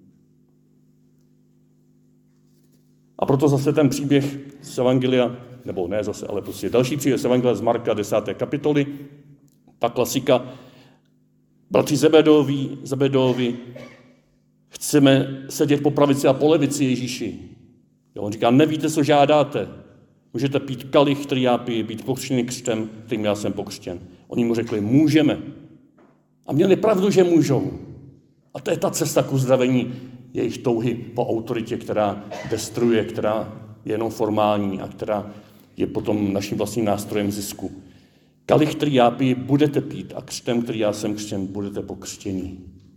A proto zase ten příběh z Evangelia, nebo ne zase, ale prostě další příběh z Evangelia z Marka desáté kapitoly, ta klasika, bratři Zebedovi, Zebedovi, chceme sedět po pravici a po levici Ježíši. A on říká, nevíte, co žádáte. Můžete pít kalich, který já piju, být pokřtěný křtem, kterým já jsem pokřtěn. Oni mu řekli, můžeme. A měli pravdu, že můžou. A to je ta cesta k uzdravení jejich touhy po autoritě, která destruuje, která je jenom formální a která je potom naším vlastním nástrojem zisku. Kalich, který já piju, budete pít a křtem, který já jsem křtěn, budete pokřtění.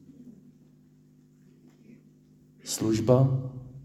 Služba,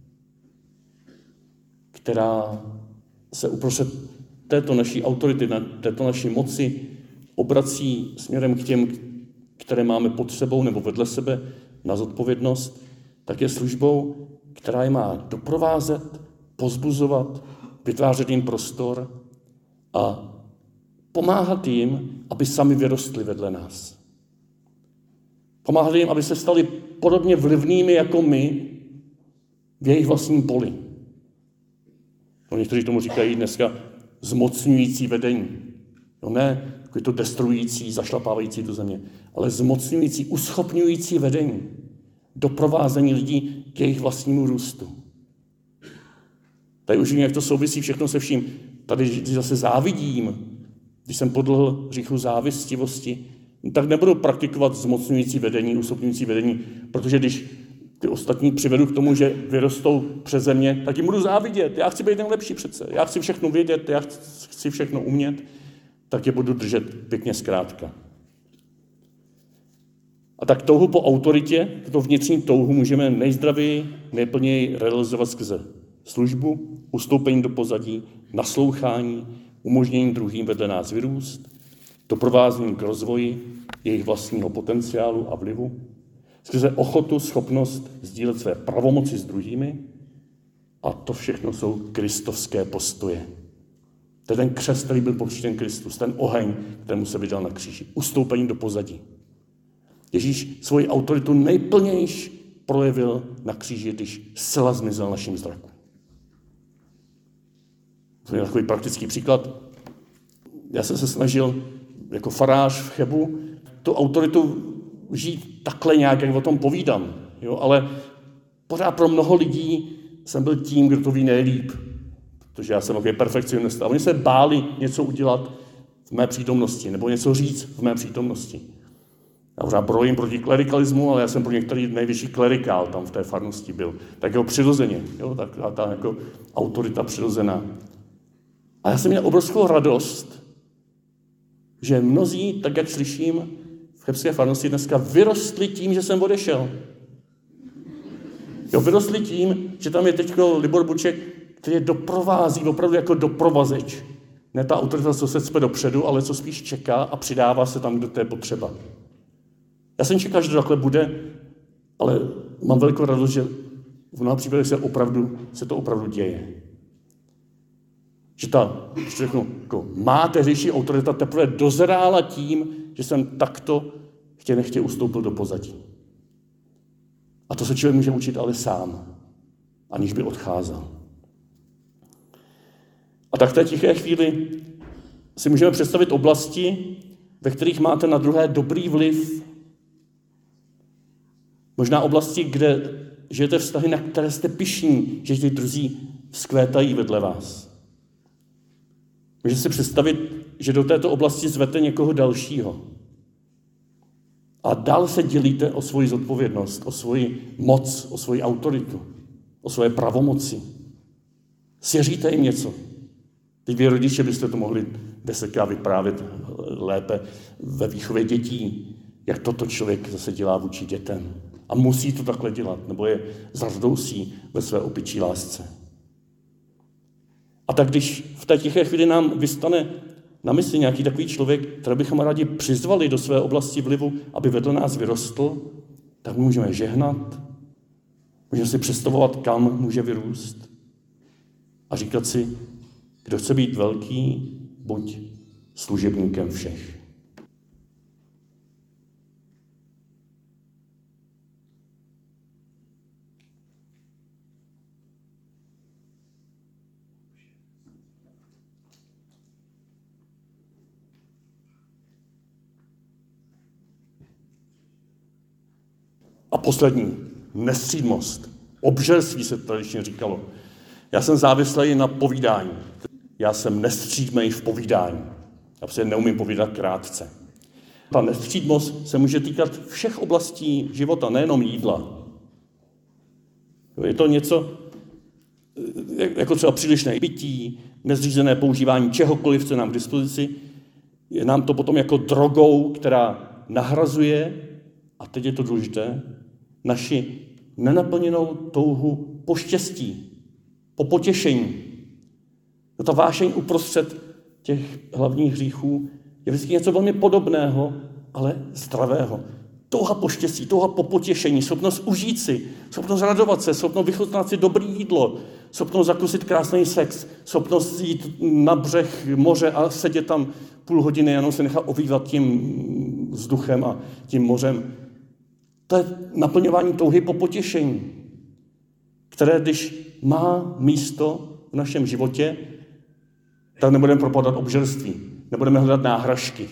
která se uprostřed této naší autority, této naší moci obrací směrem k těm, které máme pod sebou nebo vedle sebe na zodpovědnost, tak je službou, která je má doprovázet, pozbuzovat, vytvářet jim prostor a pomáhat jim, aby sami vyrostli vedle nás. Pomáhat jim, aby se stali podobně vlivnými jako my v jejich vlastním poli. No, někteří tomu říkají dneska zmocňující vedení. No ne, je to destruující, zašlapávající do země, ale zmocňující, uschopňující vedení, doprovázení lidí k jejich vlastnímu růstu. Tady už vím, jak to souvisí všechno se vším. Tady zase závidím, když jsem podlehl hříchu závistivosti, tak nebudu praktikovat zmocňující vedení, uschopňující vedení, protože když ty ostatní přivedu k tomu, že vyrostou přeze mě, tak jim budu závidět. Já chci být ten lepší přece. Já chci všechno vědět, já chci všechno umět, tak je budu držet pěkně zkrátka. A tak touhu po autoritě, tuto vnitřní touhu můžeme nejzdravěji, nejplněji realizovat skrze službu, ustoupení do pozadí, naslouchání, umožnění druhým vedle nás vyrůst, doprovázením k rozvoji jejich vlastního potenciálu a vlivu, skrze ochotu, schopnost sdílet své pravomoci s druhými, a to všechno jsou kristovské postoje. To je ten křest, který byl pokřtěn Kristus, ten oheň, kterému se vydal na kříži. Ustoupení do pozadí. Ježíš svoji autoritu nejplnějiš projevil na kříži, když zcela zmizel našim zraku. To je takový praktický příklad. Já jsem se snažil jako farář v Chebu tu autoritu žít takhle nějak, jak o tom povídám. Jo? Ale pořád pro mnoho lidí jsem byl tím, kdo to ví nejlíp. Protože já jsem takový perfekcionista. A oni se báli něco udělat v mé přítomnosti, nebo něco říct v mé přítomnosti. Já pořád brojím proti klerikalismu, ale já jsem pro některý největší klerikál tam v té farnosti byl. Tak jeho přirozeně, jo? Tak ta jako autorita přirozená. A já jsem měl obrovskou radost, že mnozí, tak jak slyším, v chebské farnosti dneska vyrostli tím, že jsem odešel. Jo, vyrostli tím, že tam je teď Libor Buček, který je doprovází, opravdu jako doprovazeč. Ne ta autorita, co se cpe dopředu, ale co spíš čeká a přidává se tam, kde to je potřeba. Já jsem čekal, že to takhle bude, ale mám velkou radost, že v mnoha případech se, opravdu, se to opravdu děje. Že ta, když řeknu, jako má tehdejší autorita teprve dozrála tím, že jsem takto chtě nechtě ustoupil do pozadí. A to se člověk může učit ale sám, aniž by odcházel. A tak v té tiché chvíli si můžeme představit oblasti, ve kterých máte na druhé dobrý vliv. Možná oblasti, kde žijete vztahy, na které jste pyšní, že ti druzí vzkvétají vedle vás. Můžete si představit, že do této oblasti zvete někoho dalšího. A dál se dělíte o svoji zodpovědnost, o svoji moc, o svoji autoritu, o svoje pravomoci. Svěříte jim něco. Teď vy rodiče byste to mohli desetkrát vyprávět lépe ve výchově dětí, jak toto člověk zase dělá vůči dětem. A musí to takhle dělat, nebo je zardousí ve své opičí lásce. A tak když v té tiché chvíli nám vystane na mysli nějaký takový člověk, který bychom rádi přizvali do své oblasti vlivu, aby vedle nás vyrostl, tak můžeme žehnat, můžeme si představovat, kam může vyrůst a říkat si, kdo chce být velký, buď služebníkem všech. A poslední, nestřídmost. Obžerství se tradičně říkalo. Já jsem závislý na povídání. Já jsem nestřídmej v povídání. Já prostě neumím povídat krátce. Ta nestřídmost se může týkat všech oblastí života, nejenom jídla. Je to něco, jako třeba přílišné pití, nezřízené používání čehokoliv, co je nám k dispozici. Je nám to potom jako drogou, která nahrazuje, a teď je to důležité, naši nenaplněnou touhu po štěstí, po potěšení. No ta vášeň uprostřed těch hlavních hříchů je vždycky něco velmi podobného, ale zdravého. Touha po štěstí, touha po potěšení, schopnost užít si, schopnost radovat se, schopnost vychutnat si dobré jídlo, schopnost zakusit krásný sex, schopnost jít na břeh moře a sedět tam půl hodiny, jenom se nechat ovývat tím vzduchem a tím mořem. To je naplňování touhy po potěšení, které, když má místo v našem životě, tak nebudeme propadat obžerství, nebudeme hledat náhražky.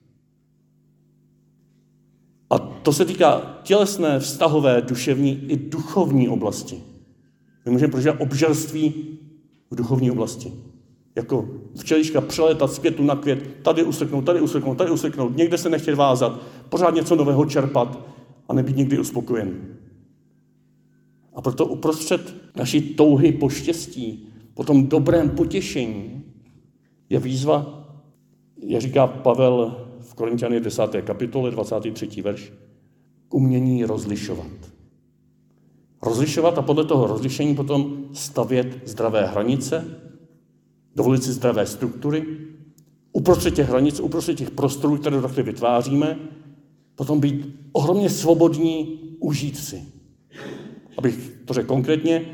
A to se týká tělesné, vztahové, duševní i duchovní oblasti. My můžeme prožívat obžerství v duchovní oblasti. Jako včelička přeletat z květu na květ, tady useknout, tady useknout, tady useknout, někde se nechtět vázat, pořád něco nového čerpat a nebýt nikdy uspokojen. A proto uprostřed naší touhy po štěstí, po tom dobrém potěšení, je výzva, jak říká Pavel v Korinťanech desáté kapitole, dvacátý třetí verš, k umění rozlišovat. Rozlišovat a podle toho rozlišení potom stavět zdravé hranice, dovolit si zdravé struktury, uprostřed těch hranic, uprostřed těch prostorů, které takhle vytváříme, potom být ohromně svobodní, užít si. Abych to řekl konkrétně,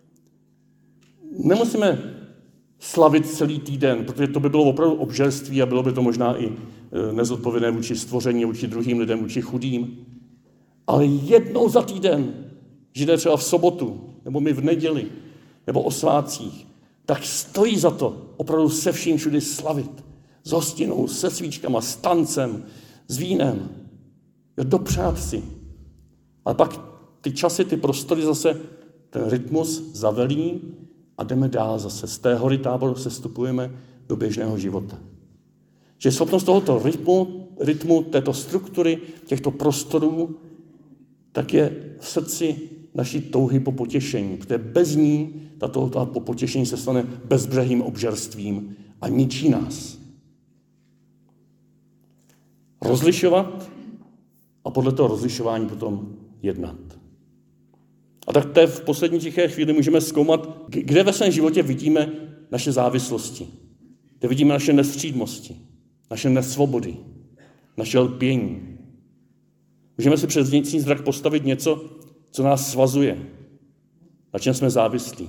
nemusíme slavit celý týden, protože to by bylo opravdu obžerství a bylo by to možná i nezodpovědné vůči stvoření, vůči druhým lidem, vůči chudým. Ale jednou za týden, židé třeba v sobotu, nebo my v neděli, nebo o svátcích, tak stojí za to opravdu se vším všudy slavit. S hostinou, se svíčkama, s tancem, s vínem. Jo, dopřát si. Ale pak ty časy, ty prostory zase, ten rytmus zavelí a jdeme dál zase. Z té hory Tábor sestupujeme do běžného života. Že schopnost tohoto rytmu, rytmu, této struktury, těchto prostorů, tak je v srdci naší touhy po potěšení, protože bez ní ta touha po potěšení se stane bezbřehým obžerstvím a ničí nás. rozlišovat a podle toho rozlišování potom jednat. A tak té v poslední tiché chvíli můžeme zkoumat, kde ve svém životě vidíme naše závislosti, kde vidíme naše nestřídmosti, naše nesvobody, naše lpění. Můžeme si přes vnitřní zrak postavit něco, co nás svazuje, na čem jsme závislí.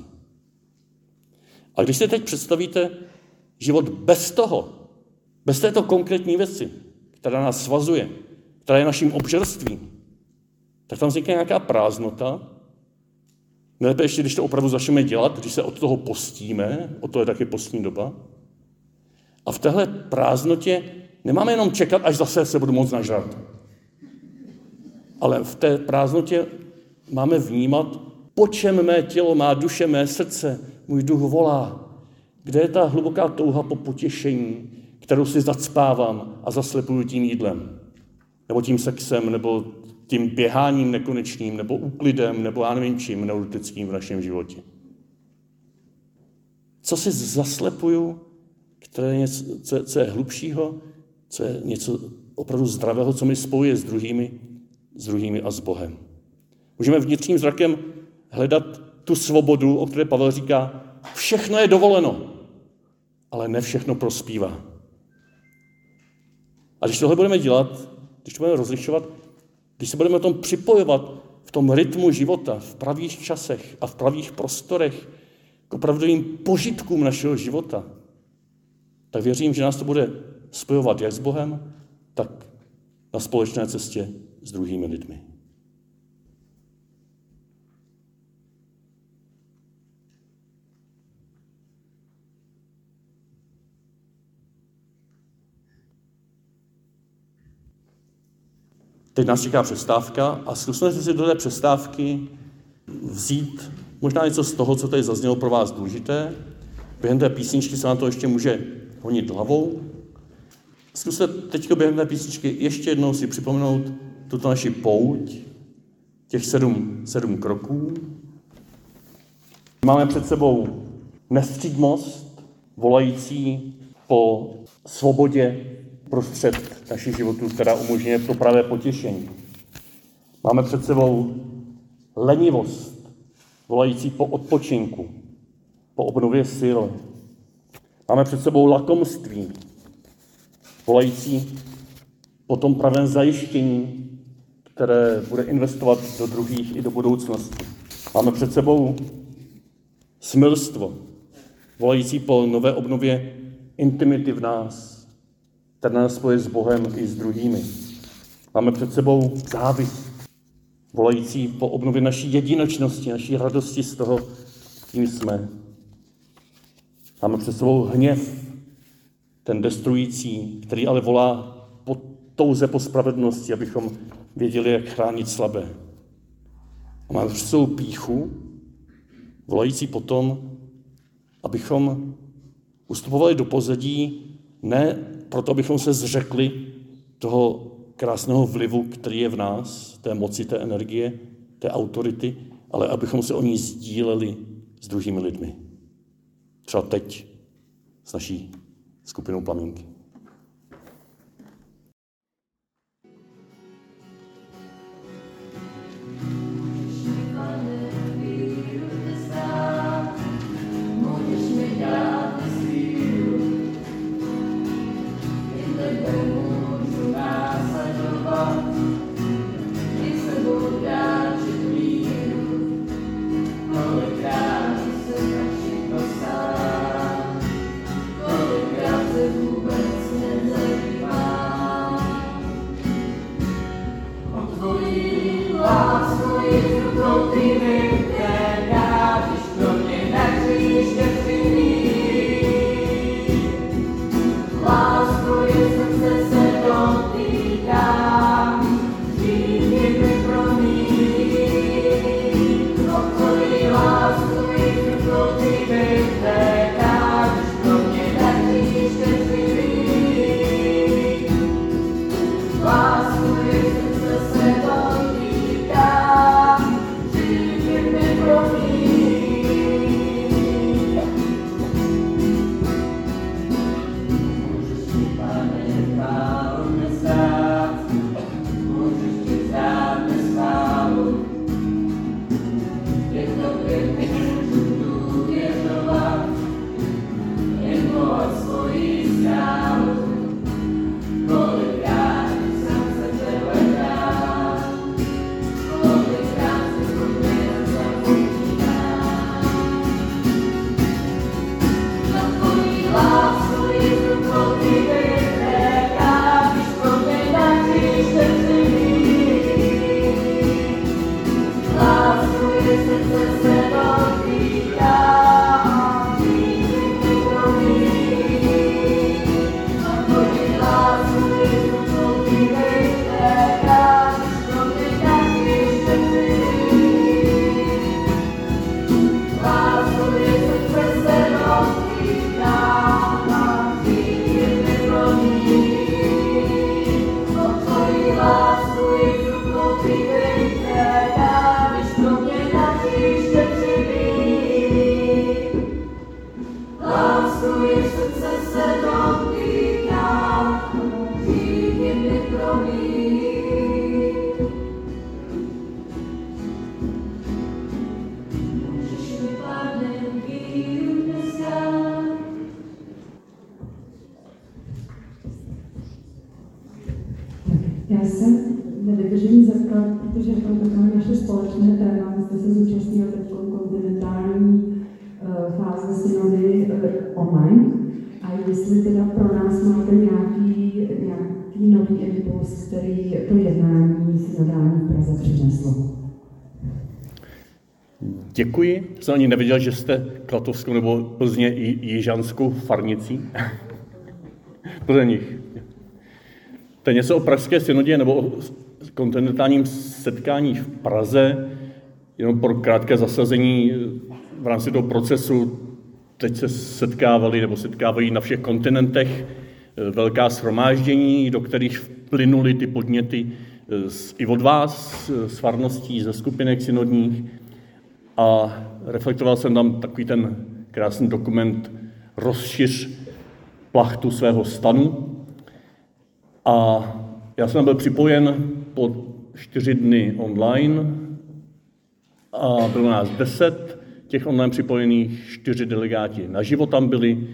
A když si teď představíte život bez toho, bez této konkrétní věci, která nás svazuje, která je naším obžerstvím, tak tam vznikne nějaká prázdnota. Nejlépe ještě, když to opravdu začneme dělat, když se od toho postíme, o to je taky postní doba. A v téhle prázdnotě nemáme jenom čekat, až zase se budu moct nažrat. Ale v té prázdnotě máme vnímat, po čem mé tělo, má duše, mé srdce, můj duch volá. Kde je ta hluboká touha po potěšení, kterou si zacpávám a zaslepuju tím jídlem. Nebo tím sexem, nebo tím běháním nekonečným, nebo úklidem, nebo já nevím čím neurotickým v našem životě. Co si zaslepuju, které je něco, co, co je hlubšího, co je něco opravdu zdravého, co mi spojuje s druhými, s druhými a s Bohem. Můžeme vnitřním zrakem hledat tu svobodu, o které Pavel říká, všechno je dovoleno, ale ne všechno prospívá. A když tohle budeme dělat, když to budeme rozlišovat, když se budeme o tom připojovat v tom rytmu života, v pravých časech a v pravých prostorech k opravdovým požitkům našeho života, tak věřím, že nás to bude spojovat jak s Bohem, tak na společné cestě s druhými lidmi. Teď nás čeká přestávka a zkusme si do té přestávky vzít možná něco z toho, co tady zaznělo pro vás důležité. Během té písničky se vám to ještě může honit hlavou. Zkuste teď během té písničky ještě jednou si připomenout tuto naši pouť, těch sedm, sedm kroků. Máme před sebou nestřídmost, volající po svobodě prostřed našich životů, která umožňuje to pravé potěšení. Máme před sebou lenivost, volající po odpočinku, po obnově sil. Máme před sebou lakomství, volající po tom pravém zajištění, které bude investovat do druhých i do budoucnosti. Máme před sebou smilstvo, volající po nové obnově intimity v nás, která nás spojí s Bohem i s druhými. Máme před sebou závist, volající po obnově naší jedinečnosti, naší radosti z toho, kým jsme. Máme před sebou hněv, ten destruující, který ale volá po touze po spravedlnosti, abychom věděli, jak chránit slabé. A máme před sebou pýchu, volající po tom, abychom ustupovali do pozadí, ne proto, abychom se zřekli toho krásného vlivu, který je v nás, té moci, té energie, té autority, ale abychom se o ní sdíleli s druhými lidmi. Třeba teď s naší skupinou Plamínky. Vůbec Já se nevydržím zeptat, protože je tam takové naše společné téma, vy jste se zúčastnil teď kontinentální uh, fáze synody uh, online. A jestli teda pro nás máte nějaký, nějaký nový impuls, který to jednání synodální v Praze přineslo? Děkuji. Jsem ani nevěděl, že jste Klatovskou nebo Plzně i jižanskou farnicí. Podle nich. To je něco o pražské synodě nebo o kontinentálním setkání v Praze, jenom pro krátké zasazení v rámci toho procesu. Teď se setkávali nebo setkávají na všech kontinentech velká shromáždění, do kterých vplynuly ty podněty i od vás, z farností, ze skupinek synodních. A reflektoval jsem tam takový ten krásný dokument Rozšiř plachtu svého stanu. A já jsem byl připojen po čtyři dny online a bylo nás deset. Těch online připojených čtyři delegáti naživo tam byli.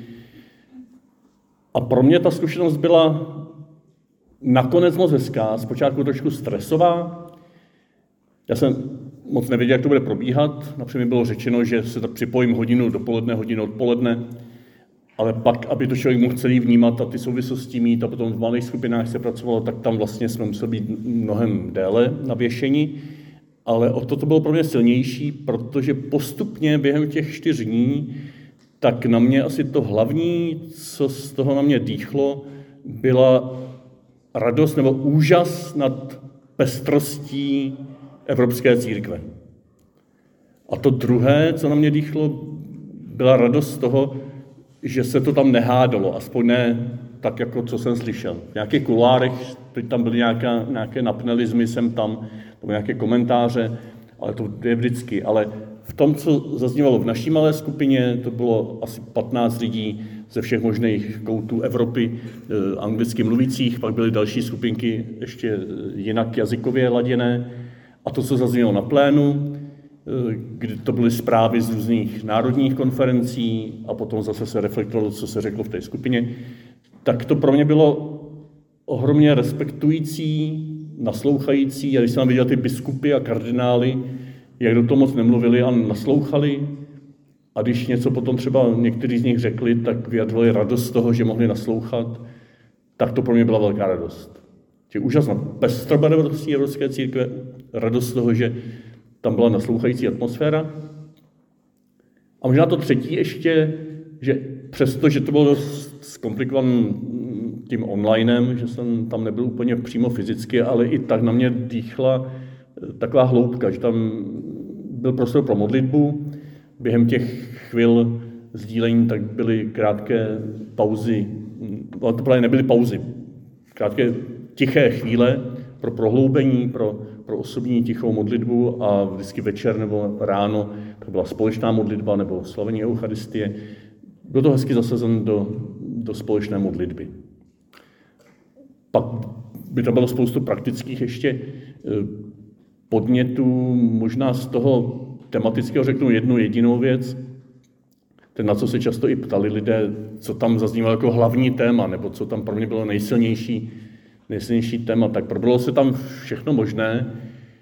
A pro mě ta zkušenost byla nakonec moc hezká, zpočátku trošku stresová. Já jsem moc nevěděl, jak to bude probíhat. Například mi bylo řečeno, že se tak připojím hodinu dopoledne, hodinu odpoledne, ale pak, aby to člověk mohl celý vnímat a ty souvislosti mít a potom v malých skupinách se pracovalo, tak tam vlastně jsme museli být mnohem déle na věšení. Ale o to to bylo pro mě silnější, protože postupně během těch čtyř dní, tak na mě asi to hlavní, co z toho na mě dýchlo, byla radost nebo úžas nad pestrostí evropské církve. A to druhé, co na mě dýchlo, byla radost z toho, že se to tam nehádalo, aspoň ne tak, jako co jsem slyšel. V nějakých kulárech, teď tam byly nějaké, nějaké napnelizmy, jsem tam, nebo nějaké komentáře, ale to je vždycky. Ale v tom, co zaznívalo v naší malé skupině, to bylo asi patnáct lidí ze všech možných koutů Evropy, eh, anglicky mluvících, pak byly další skupinky ještě jinak jazykově laděné. A to, co zaznělo na plénu, eh, kdy to byly zprávy z různých národních konferencí a potom zase se reflektovalo, co se řeklo v té skupině, tak to pro mě bylo ohromně respektující, naslouchající. A když jsem viděl ty biskupy a kardinály, jak do toho moc nemluvili a naslouchali, a když něco potom třeba někteří z nich řekli, tak vyjadřovali radost z toho, že mohli naslouchat, tak to pro mě byla velká radost. Že úžasná pestrobarevností Evropské církve, radost z toho, že tam byla naslouchající atmosféra. A možná to třetí ještě, že přesto, že to bylo dost zkomplikované tím onlinem, že jsem tam nebyl úplně přímo fyzicky, ale i tak na mě dýchla taková hloubka, že tam byl prostor pro modlitbu. Během těch chvil sdílení tak byly krátké pauzy, ale to právě nebyly pauzy, krátké tiché chvíle pro prohloubení, pro, pro osobní tichou modlitbu a vždycky večer nebo ráno to byla společná modlitba nebo slavení Eucharistie. Bylo to hezky zasazen do, do společné modlitby. Pak by to bylo spoustu praktických ještě podnětů, možná z toho tematického řeknu jednu jedinou věc, ten, na co se často i ptali lidé, co tam zaznívalo jako hlavní téma, nebo co tam pro mě bylo nejsilnější, nejsilnější téma. Tak probralo se tam všechno možné,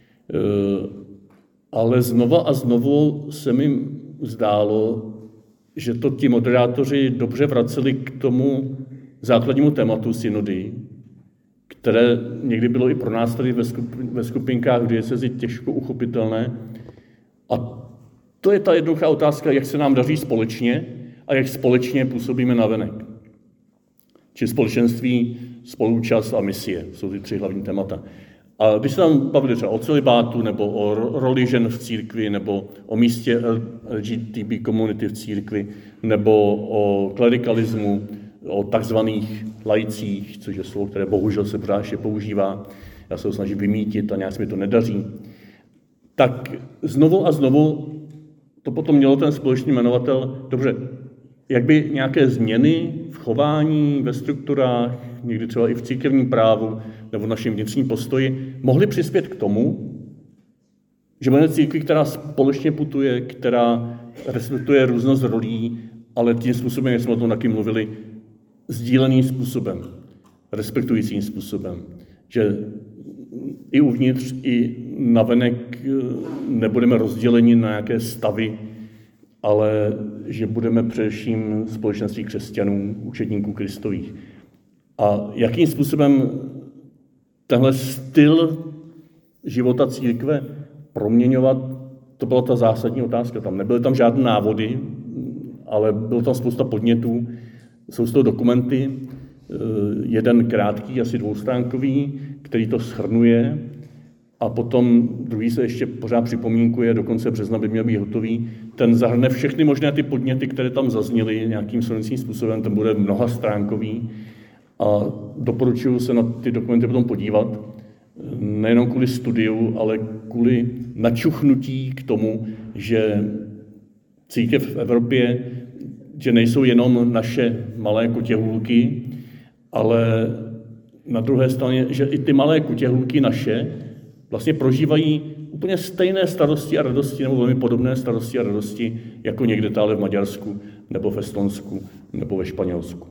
ale znova a znovu se mi zdálo, že to ti moderátoři dobře vraceli k tomu základnímu tématu synody, které někdy bylo i pro nás tady ve, skup, ve skupinkách v diecezi těžko uchopitelné. A to je ta jednoduchá otázka, jak se nám daří společně a jak společně působíme navenek. Či společenství, spoluúčast a misie jsou ty tři hlavní témata. A když se tam bavili třeba o celibátu, nebo o roli žen v církvi, nebo o místě L G B T komunity v církvi, nebo o klerikalismu, o takzvaných laicích, což je slovo, které bohužel se pořád ještě používá. Já se ho snažím vymítit a nějak se mi to nedaří. Tak znovu a znovu to potom mělo ten společný jmenovatel, dobře, jak by nějaké změny v chování, ve strukturách, někdy třeba i v církevním právu nebo v našem vnitřním postoji, mohly přispět k tomu, že budeme církvi, která společně putuje, která respektuje různost rolí, ale tím způsobem, jak jsme o tom taky mluvili, sdíleným způsobem, respektujícím způsobem. Že i uvnitř, i navenek nebudeme rozděleni na nějaké stavy, ale že budeme především společenství křesťanů, učedníků Kristových. A jakým způsobem tenhle styl života církve proměňovat, to byla ta zásadní otázka. Tam nebyly tam žádné návody, ale bylo tam spousta podnětů. Jsou z toho dokumenty, jeden krátký, asi dvoustránkový, který to shrnuje, a potom druhý se ještě pořád připomínkuje, do konce března by měl být hotový. Ten zahrne všechny možné ty podněty, které tam zazněly nějakým srovnacím způsobem, ten bude mnohastránkový a doporučuji se na ty dokumenty potom podívat. Nejenom kvůli studiu, ale kvůli načuchnutí k tomu, že církev v Evropě, že nejsou jenom naše malé kotěhůlky, ale na druhé straně, že i ty malé kotěhůlky naše vlastně prožívají úplně stejné starosti a radosti, nebo velmi podobné starosti a radosti, jako někde tále v Maďarsku, nebo v Estonsku, nebo ve Španělsku.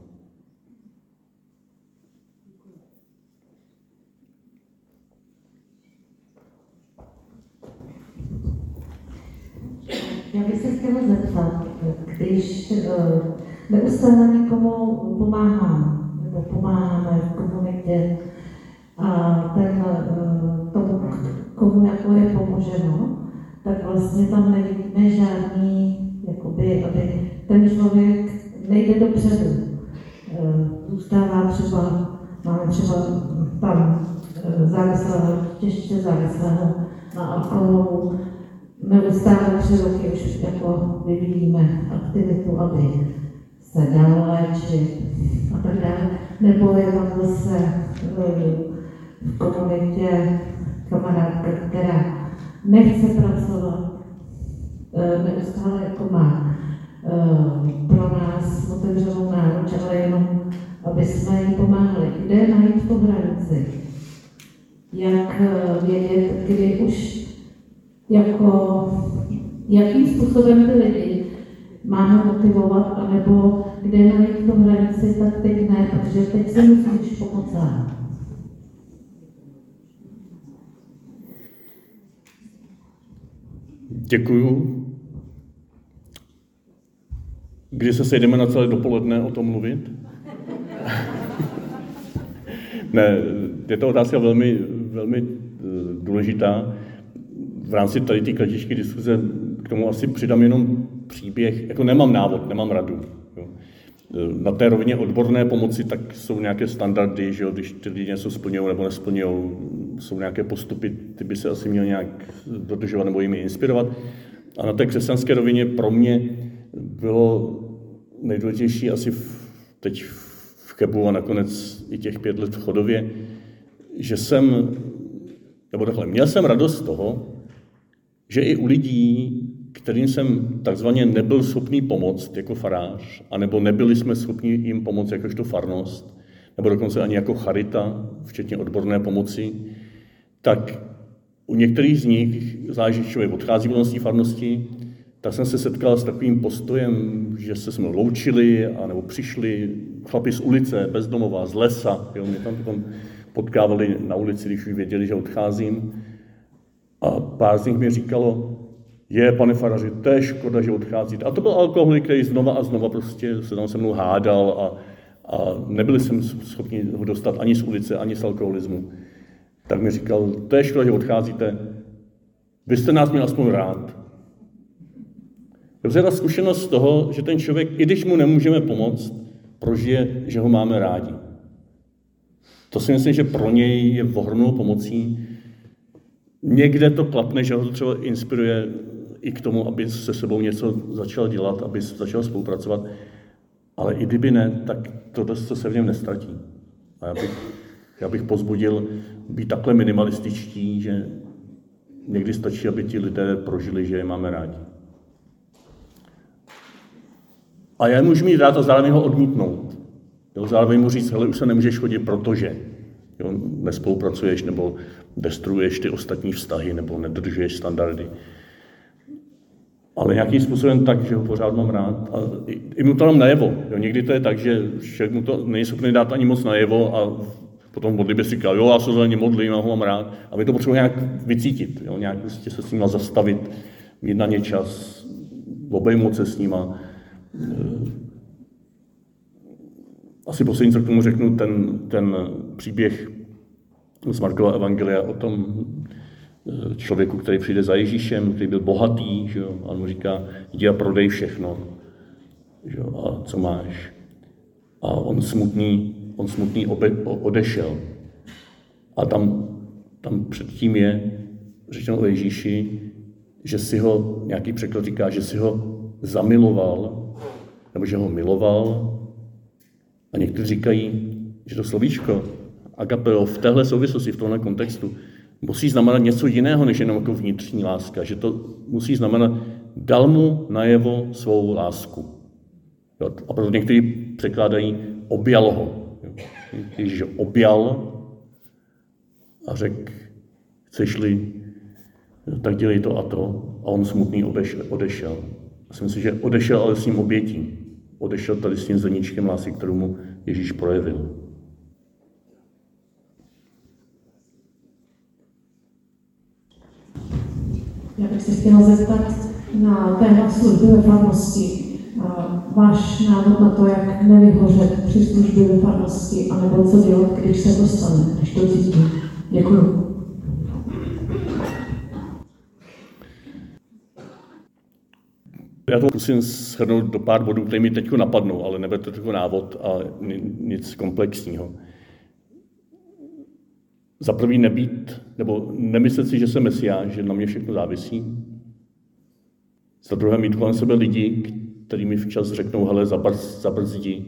Já bych se chtěla zeptat, když uh, neustále někomu pomáhám, nebo pomáháme v komunitě a ten, uh, tomu, komu jako je pomoženo, tak vlastně tam nevidíme žádný, jakoby, aby ten člověk nejde dopředu. Uh, zůstává třeba, máme třeba tam uh, závislého, těžce závislého na alkoholu. Neustále tři roky už jako vyvíjíme aktivitu, aby se dal léčit a tak dále. Nebo je tam zase v komunitě kamarádka, která nechce pracovat, neustále jako má pro nás otevřenou náruč, ale jenom, aby jsme jí pomáhali. Kde najít tu hranici? Jak vědět, kdy už jako, jakým způsobem ty lidi máme motivovat, anebo kde najít tu hranici, tak teď ne, protože teď se musíš pomoct sám. Děkuju. Kdy se sejdeme na celé dopoledne o tom mluvit? Ne, je to otázka velmi, velmi důležitá. V rámci tady té kratičké diskuze k tomu asi přidám jenom příběh, jako nemám návod, nemám radu. Jo. Na té rovině odborné pomoci tak jsou nějaké standardy, že jo, když ty lidi něco splňují nebo nesplňují, jsou nějaké postupy, ty by se asi měly nějak dodržovat nebo jimi inspirovat. A na té křesťanské rovině pro mě bylo nejdůležitější asi v, teď v Chebu a nakonec i těch pět let v Chodově, že jsem, nebo takhle, měl jsem radost z toho, že i u lidí, kterým jsem takzvaně nebyl schopný pomoct jako farář, anebo nebyli jsme schopni jim pomoct jakožto farnost, nebo dokonce ani jako charita, včetně odborné pomoci, tak u některých z nich, záleží, že člověk odchází z té farnosti, tak jsem se setkal s takovým postojem, že se jsme loučili, anebo přišli chlapi z ulice, bezdomová, z lesa, jo, mě tam potom potkávali na ulici, když už věděli, že odcházím. A pár z nich mi říkalo, je, pane faraři, to je škoda, že odcházíte. A to byl alkoholik, který znova a znova prostě se tam se mnou hádal a, a nebyli jsem schopni ho dostat ani z ulice, ani z alkoholismu. Tak mi říkal, to je škoda, že odcházíte, vy jste nás měl aspoň rád. To je ta zkušenost z toho, že ten člověk, i když mu nemůžeme pomoct, prožije, že ho máme rádi. To si myslím, že pro něj je ohromnou pomocí. Někde to klapne, že ho to třeba inspiruje i k tomu, aby se sebou něco začal dělat, aby začal spolupracovat. Ale i kdyby ne, tak tohle se v něm nestratí. A já bych, já bych pozbudil být takhle minimalističtí, že někdy stačí, aby ti lidé prožili, že je máme rádi. A já můžu mít rád a zároveň ho odmítnout. Jo, zároveň mu říct, hele, už se nemůžeš chodit, protože jo, nespolupracuješ nebo destruuješ ty ostatní vztahy nebo nedodržuješ standardy. Ale nějakým způsobem tak, že ho pořád mám rád. A i, i mu to dám najevo. Jo, někdy to je tak, že člověk mu to není schopný dát ani moc najevo a potom v modlitbě si říkal, jo, já se za ně modlím, já ho mám rád. A vy to potřebujete nějak vycítit, jo, nějak prostě se s nima zastavit, mít na ně čas, obejmout se s nima. Asi poslední, co k tomu řeknu, ten, ten příběh z Markova evangelia o tom člověku, který přijde za Ježíšem, který byl bohatý, že jo, a on mu říká, jdi a prodej všechno, že jo, a co máš. A on smutný, on smutný obe, odešel. A tam, tam předtím je řečeno o Ježíši, že si ho, nějaký překlad říká, že si ho zamiloval, nebo že ho miloval. A někteří říkají, že to slovíčko agapeo v téhle souvislosti, v tomhle kontextu, musí znamenat něco jiného, než jenom jako vnitřní láska. Že to musí znamenat, dal mu najevo svou lásku. Jo, a proto někteří překládají, objal ho. Ježíš objal a řekl, chceš-li, tak dělej to a to. A on smutný odešel. Myslím si, že odešel, ale s ním obětí. Odešel tady s tím zrníčkem lásky, kterou mu Ježíš projevil. Já bych se chtěla zeptat na téma služby ve farnosti. Váš návod na to, jak nevyhořet při službě ve farnosti, anebo co dělat, když se to stane, když to cítím. Děkuju. Já to musím shrnout do pár bodů, které mi teď napadnou, ale nebude to jako návod a nic komplexního. Za prvý nebýt, nebo nemyslet si, že jsem mesiáš, že na mě všechno závisí. Za druhé mít kolem sebe lidi, kteří mi včas řeknou, hele, zabrz, zabrzdi.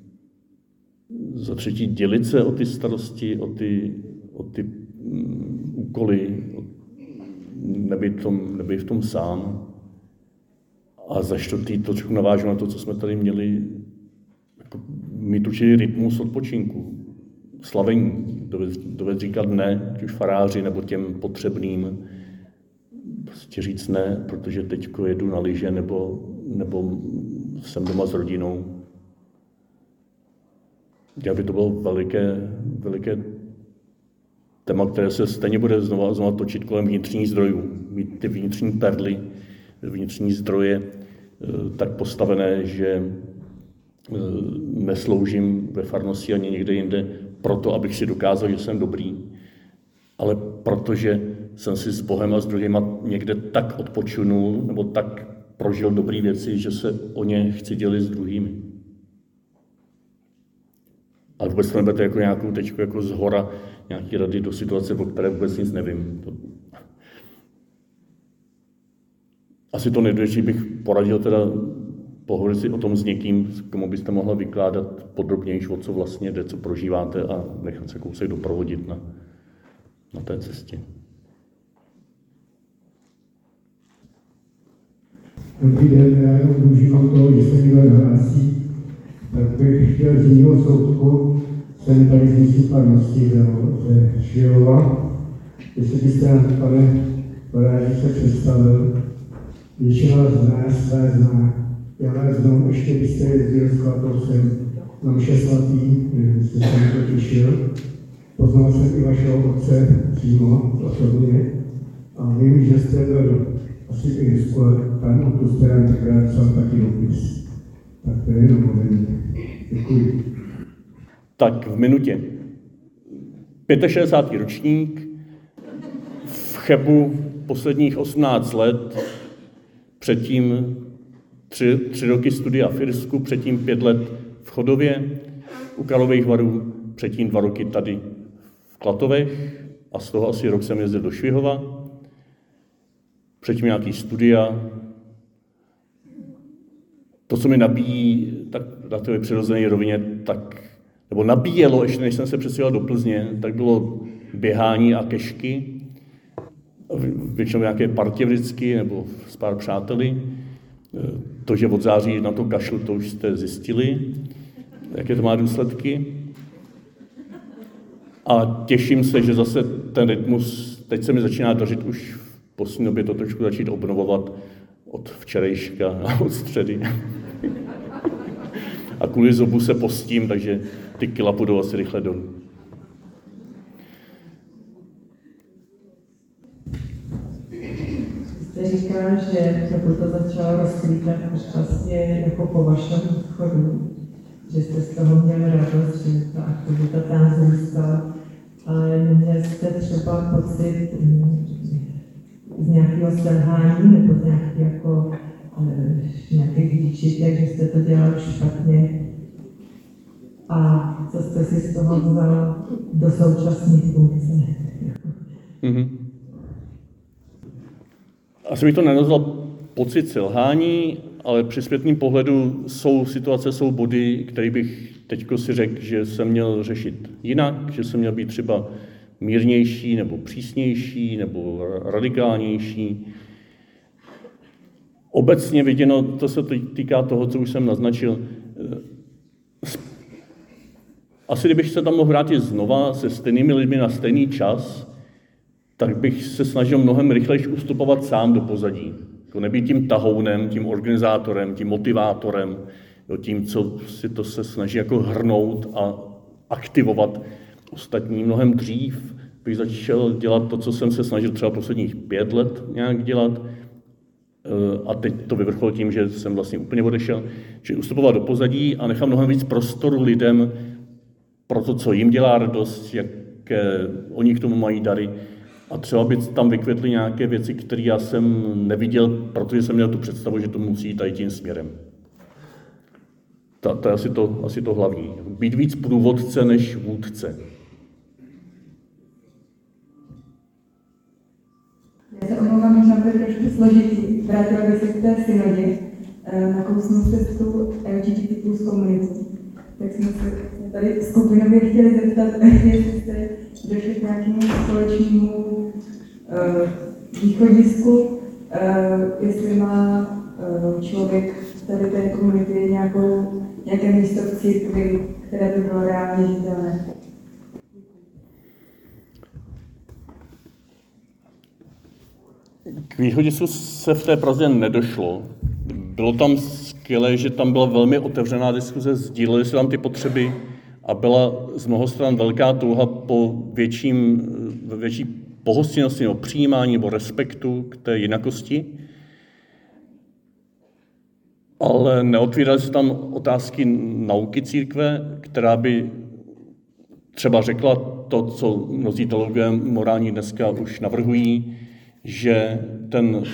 Za třetí dělit se o ty starosti, o ty, o ty um, úkoly, nebýt v tom, nebýt v tom sám. A za čtvrtý, to trošku navážu na to, co jsme tady měli, jako mít určitý rytmus odpočinku, slavení, doved říkat ne, ať už faráři nebo těm potřebným, prostě říct ne, protože teďko jedu na lyže nebo, nebo jsem doma s rodinou. Já by to bylo veliké, veliké téma, které se stejně bude znovu, znovu točit kolem vnitřních zdrojů, mít ty vnitřní perly, vnitřní zdroje tak postavené, že nesloužím ve farnosti ani někde jinde proto, abych si dokázal, že jsem dobrý, ale protože jsem si s Bohem a s druhýma někde tak odpočinul nebo tak prožil dobré věci, že se o ně chci dělit s druhými. Ale vůbec to neberte jako nějakou tečku jako zhora, nějaký rady do situace, o které vůbec nic nevím. To... Asi to nejdůležitější bych poradil teda pohovořit si o tom s někým, komu byste mohla vykládat podrobněji, o co vlastně jde, co prožíváte a nechat se kousek doprovodit na, na té cestě. Dobrý den, já jenom využívám toho, že se mi hlásí, tak bych chtěl z jiného soudku, jsem tady z místní farnosti ze Šilova, jestli byste nám, pane Koráži, se představil, většina z nás své zná. Já vás znám, ještě byste jezdil s Klatosem na mše svatý, jste se mi to těšil. Poznal jsem i vašeho otce přímo, osobně, a vím, že jste byl asi i skoro tam, o tu jste nám tenkrát psal taky dopis. Tak to je jenom ode mě. Děkuji. Tak v minutě. šedesátý pátý ročník, v Chebu posledních osmnáct let, předtím tři, tři roky studia v Irsku, předtím pět let v Chodově u Karlových Varů, předtím dva roky tady v Klatovech a z toho asi rok jsem jezdil do Švihova, předtím nějaký studia. To, co mi nabíjí tak na té přirozené rovině, tak, nebo nabíjelo, ještě než jsem se přestěhoval do Plzně, tak bylo běhání a kešky, většinou nějaké partě vždycky, nebo s pár přáteli. To, že od září na to kašlu, to už jste zjistili, jaké to má důsledky. A těším se, že zase ten rytmus, teď se mi začíná dařit už v poslední době to trošku začít obnovovat od včerejška a od středy. A kvůli zobu se postím, takže ty kila půjdou asi rychle dolů. rozsvítat až vlastně jako po vašem chodu, že jste z toho měli radost, že ta aktivita tam zůstala, ale neměli jste třeba pocit z nějakého selhání nebo z nějakých jako nějakých výčitek, že jste to dělali špatně a co jste si z toho vzal do současné funkce. Mm-hmm. Asi bych to nenazval pocit selhání, ale při zpětném pohledu jsou situace, jsou body, které bych teďko si řekl, že jsem měl řešit jinak, že jsem měl být třeba mírnější nebo přísnější nebo radikálnější. Obecně viděno, to se týká toho, co už jsem naznačil. Asi kdybych se tam mohl vrátit znova se stejnými lidmi na stejný čas, tak bych se snažil mnohem rychleji ustupovat sám do pozadí. To nebýt tím tahounem, tím organizátorem, tím motivátorem, jo, tím, co si to se snaží jako hrnout a aktivovat ostatní. Mnohem dřív bych začal dělat to, co jsem se snažil třeba posledních pět let nějak dělat, a teď to vyvrcholilo tím, že jsem vlastně úplně odešel, že ustupovat do pozadí a nechám mnohem víc prostoru lidem pro to, co jim dělá radost, jaké oni k tomu mají dary. A třeba by tam vykvětly nějaké věci, které já jsem neviděl, protože jsem měl tu představu, že to musí jít tady tím směrem. To, to je asi to, asi to hlavní. Být víc průvodce než vůdce. Já se omlouvám, možná bude trošku složitý. Vrátila bych se k té synodě. Nakousnu se tu L G B T plus komunitu. Tak jsme se tady skupinově chtěli zeptat, jestli jste došli k nějakému společnému uh, východisku, uh, jestli má uh, člověk tady té komunity nějakou, nějaké místo v církvi, které by bylo reálně žitelné. K východisku se v té Praze nedošlo. Bylo tam skvělé, že tam byla velmi otevřená diskuze, sdílely se tam ty potřeby a byla z mnoho stran velká touha po větším, větší pohostinnosti nebo přijímání nebo respektu k té jinakosti. Ale neotvíraly se tam otázky nauky církve, která by třeba řekla to, co mnozí teologové morální dneska už navrhují, že ten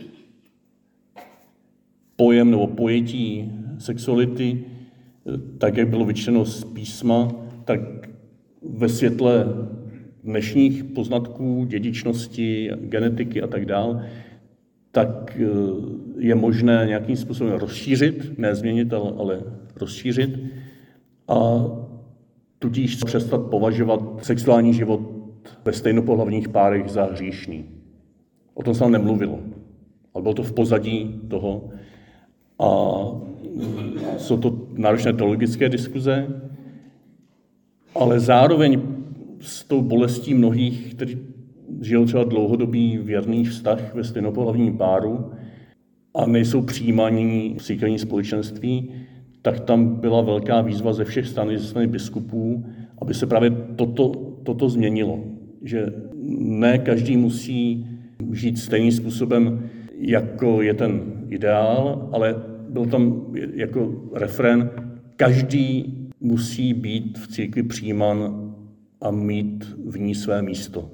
pojem nebo pojetí sexuality, tak jak bylo vyčteno z písma, tak ve světle dnešních poznatků, dědičnosti, genetiky a tak dále, tak je možné nějakým způsobem rozšířit, ne změnit, ale, ale rozšířit a tudíž přestat považovat sexuální život ve stejnopohlavních párech za hříšný. O tom se tam nemluvilo, ale bylo to v pozadí toho. A jsou to náročné teologické diskuze, ale zároveň s tou bolestí mnohých, kteří žijou třeba dlouhodobý věrný vztah ve stejnopohlavním páru a nejsou přijímaní v církevním společenství, tak tam byla velká výzva ze všech stran, ze strany biskupů, aby se právě toto, toto změnilo. Že ne každý musí žít stejným způsobem, jako je ten ideál, ale byl tam jako refrén, každý musí být v církvi přijímán a mít v ní své místo.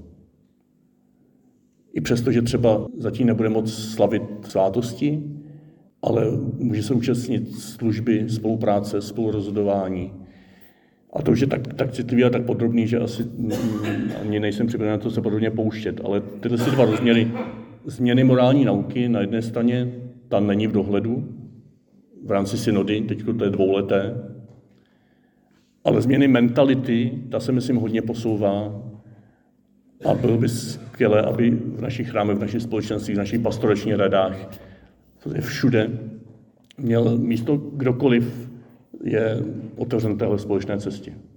I přesto, že třeba zatím nebude moc slavit svátosti, ale může se účastnit služby, spolupráce, spolurozhodování. A to už je tak, tak citlivý a tak podrobný, že asi ani nejsem připraven na to se podrobně pouštět. Ale tyhle si dva rozměry změny morální nauky, na jedné straně ta není v dohledu, v rámci synody, teď to je dvouleté, ale změny mentality, ta se myslím hodně posouvá a bylo by skvělé, aby v našich chrámech, v našich společenstvích, v našich pastoračních radách, to je všude, měl místo kdokoliv je otevřen téhle společné cestě.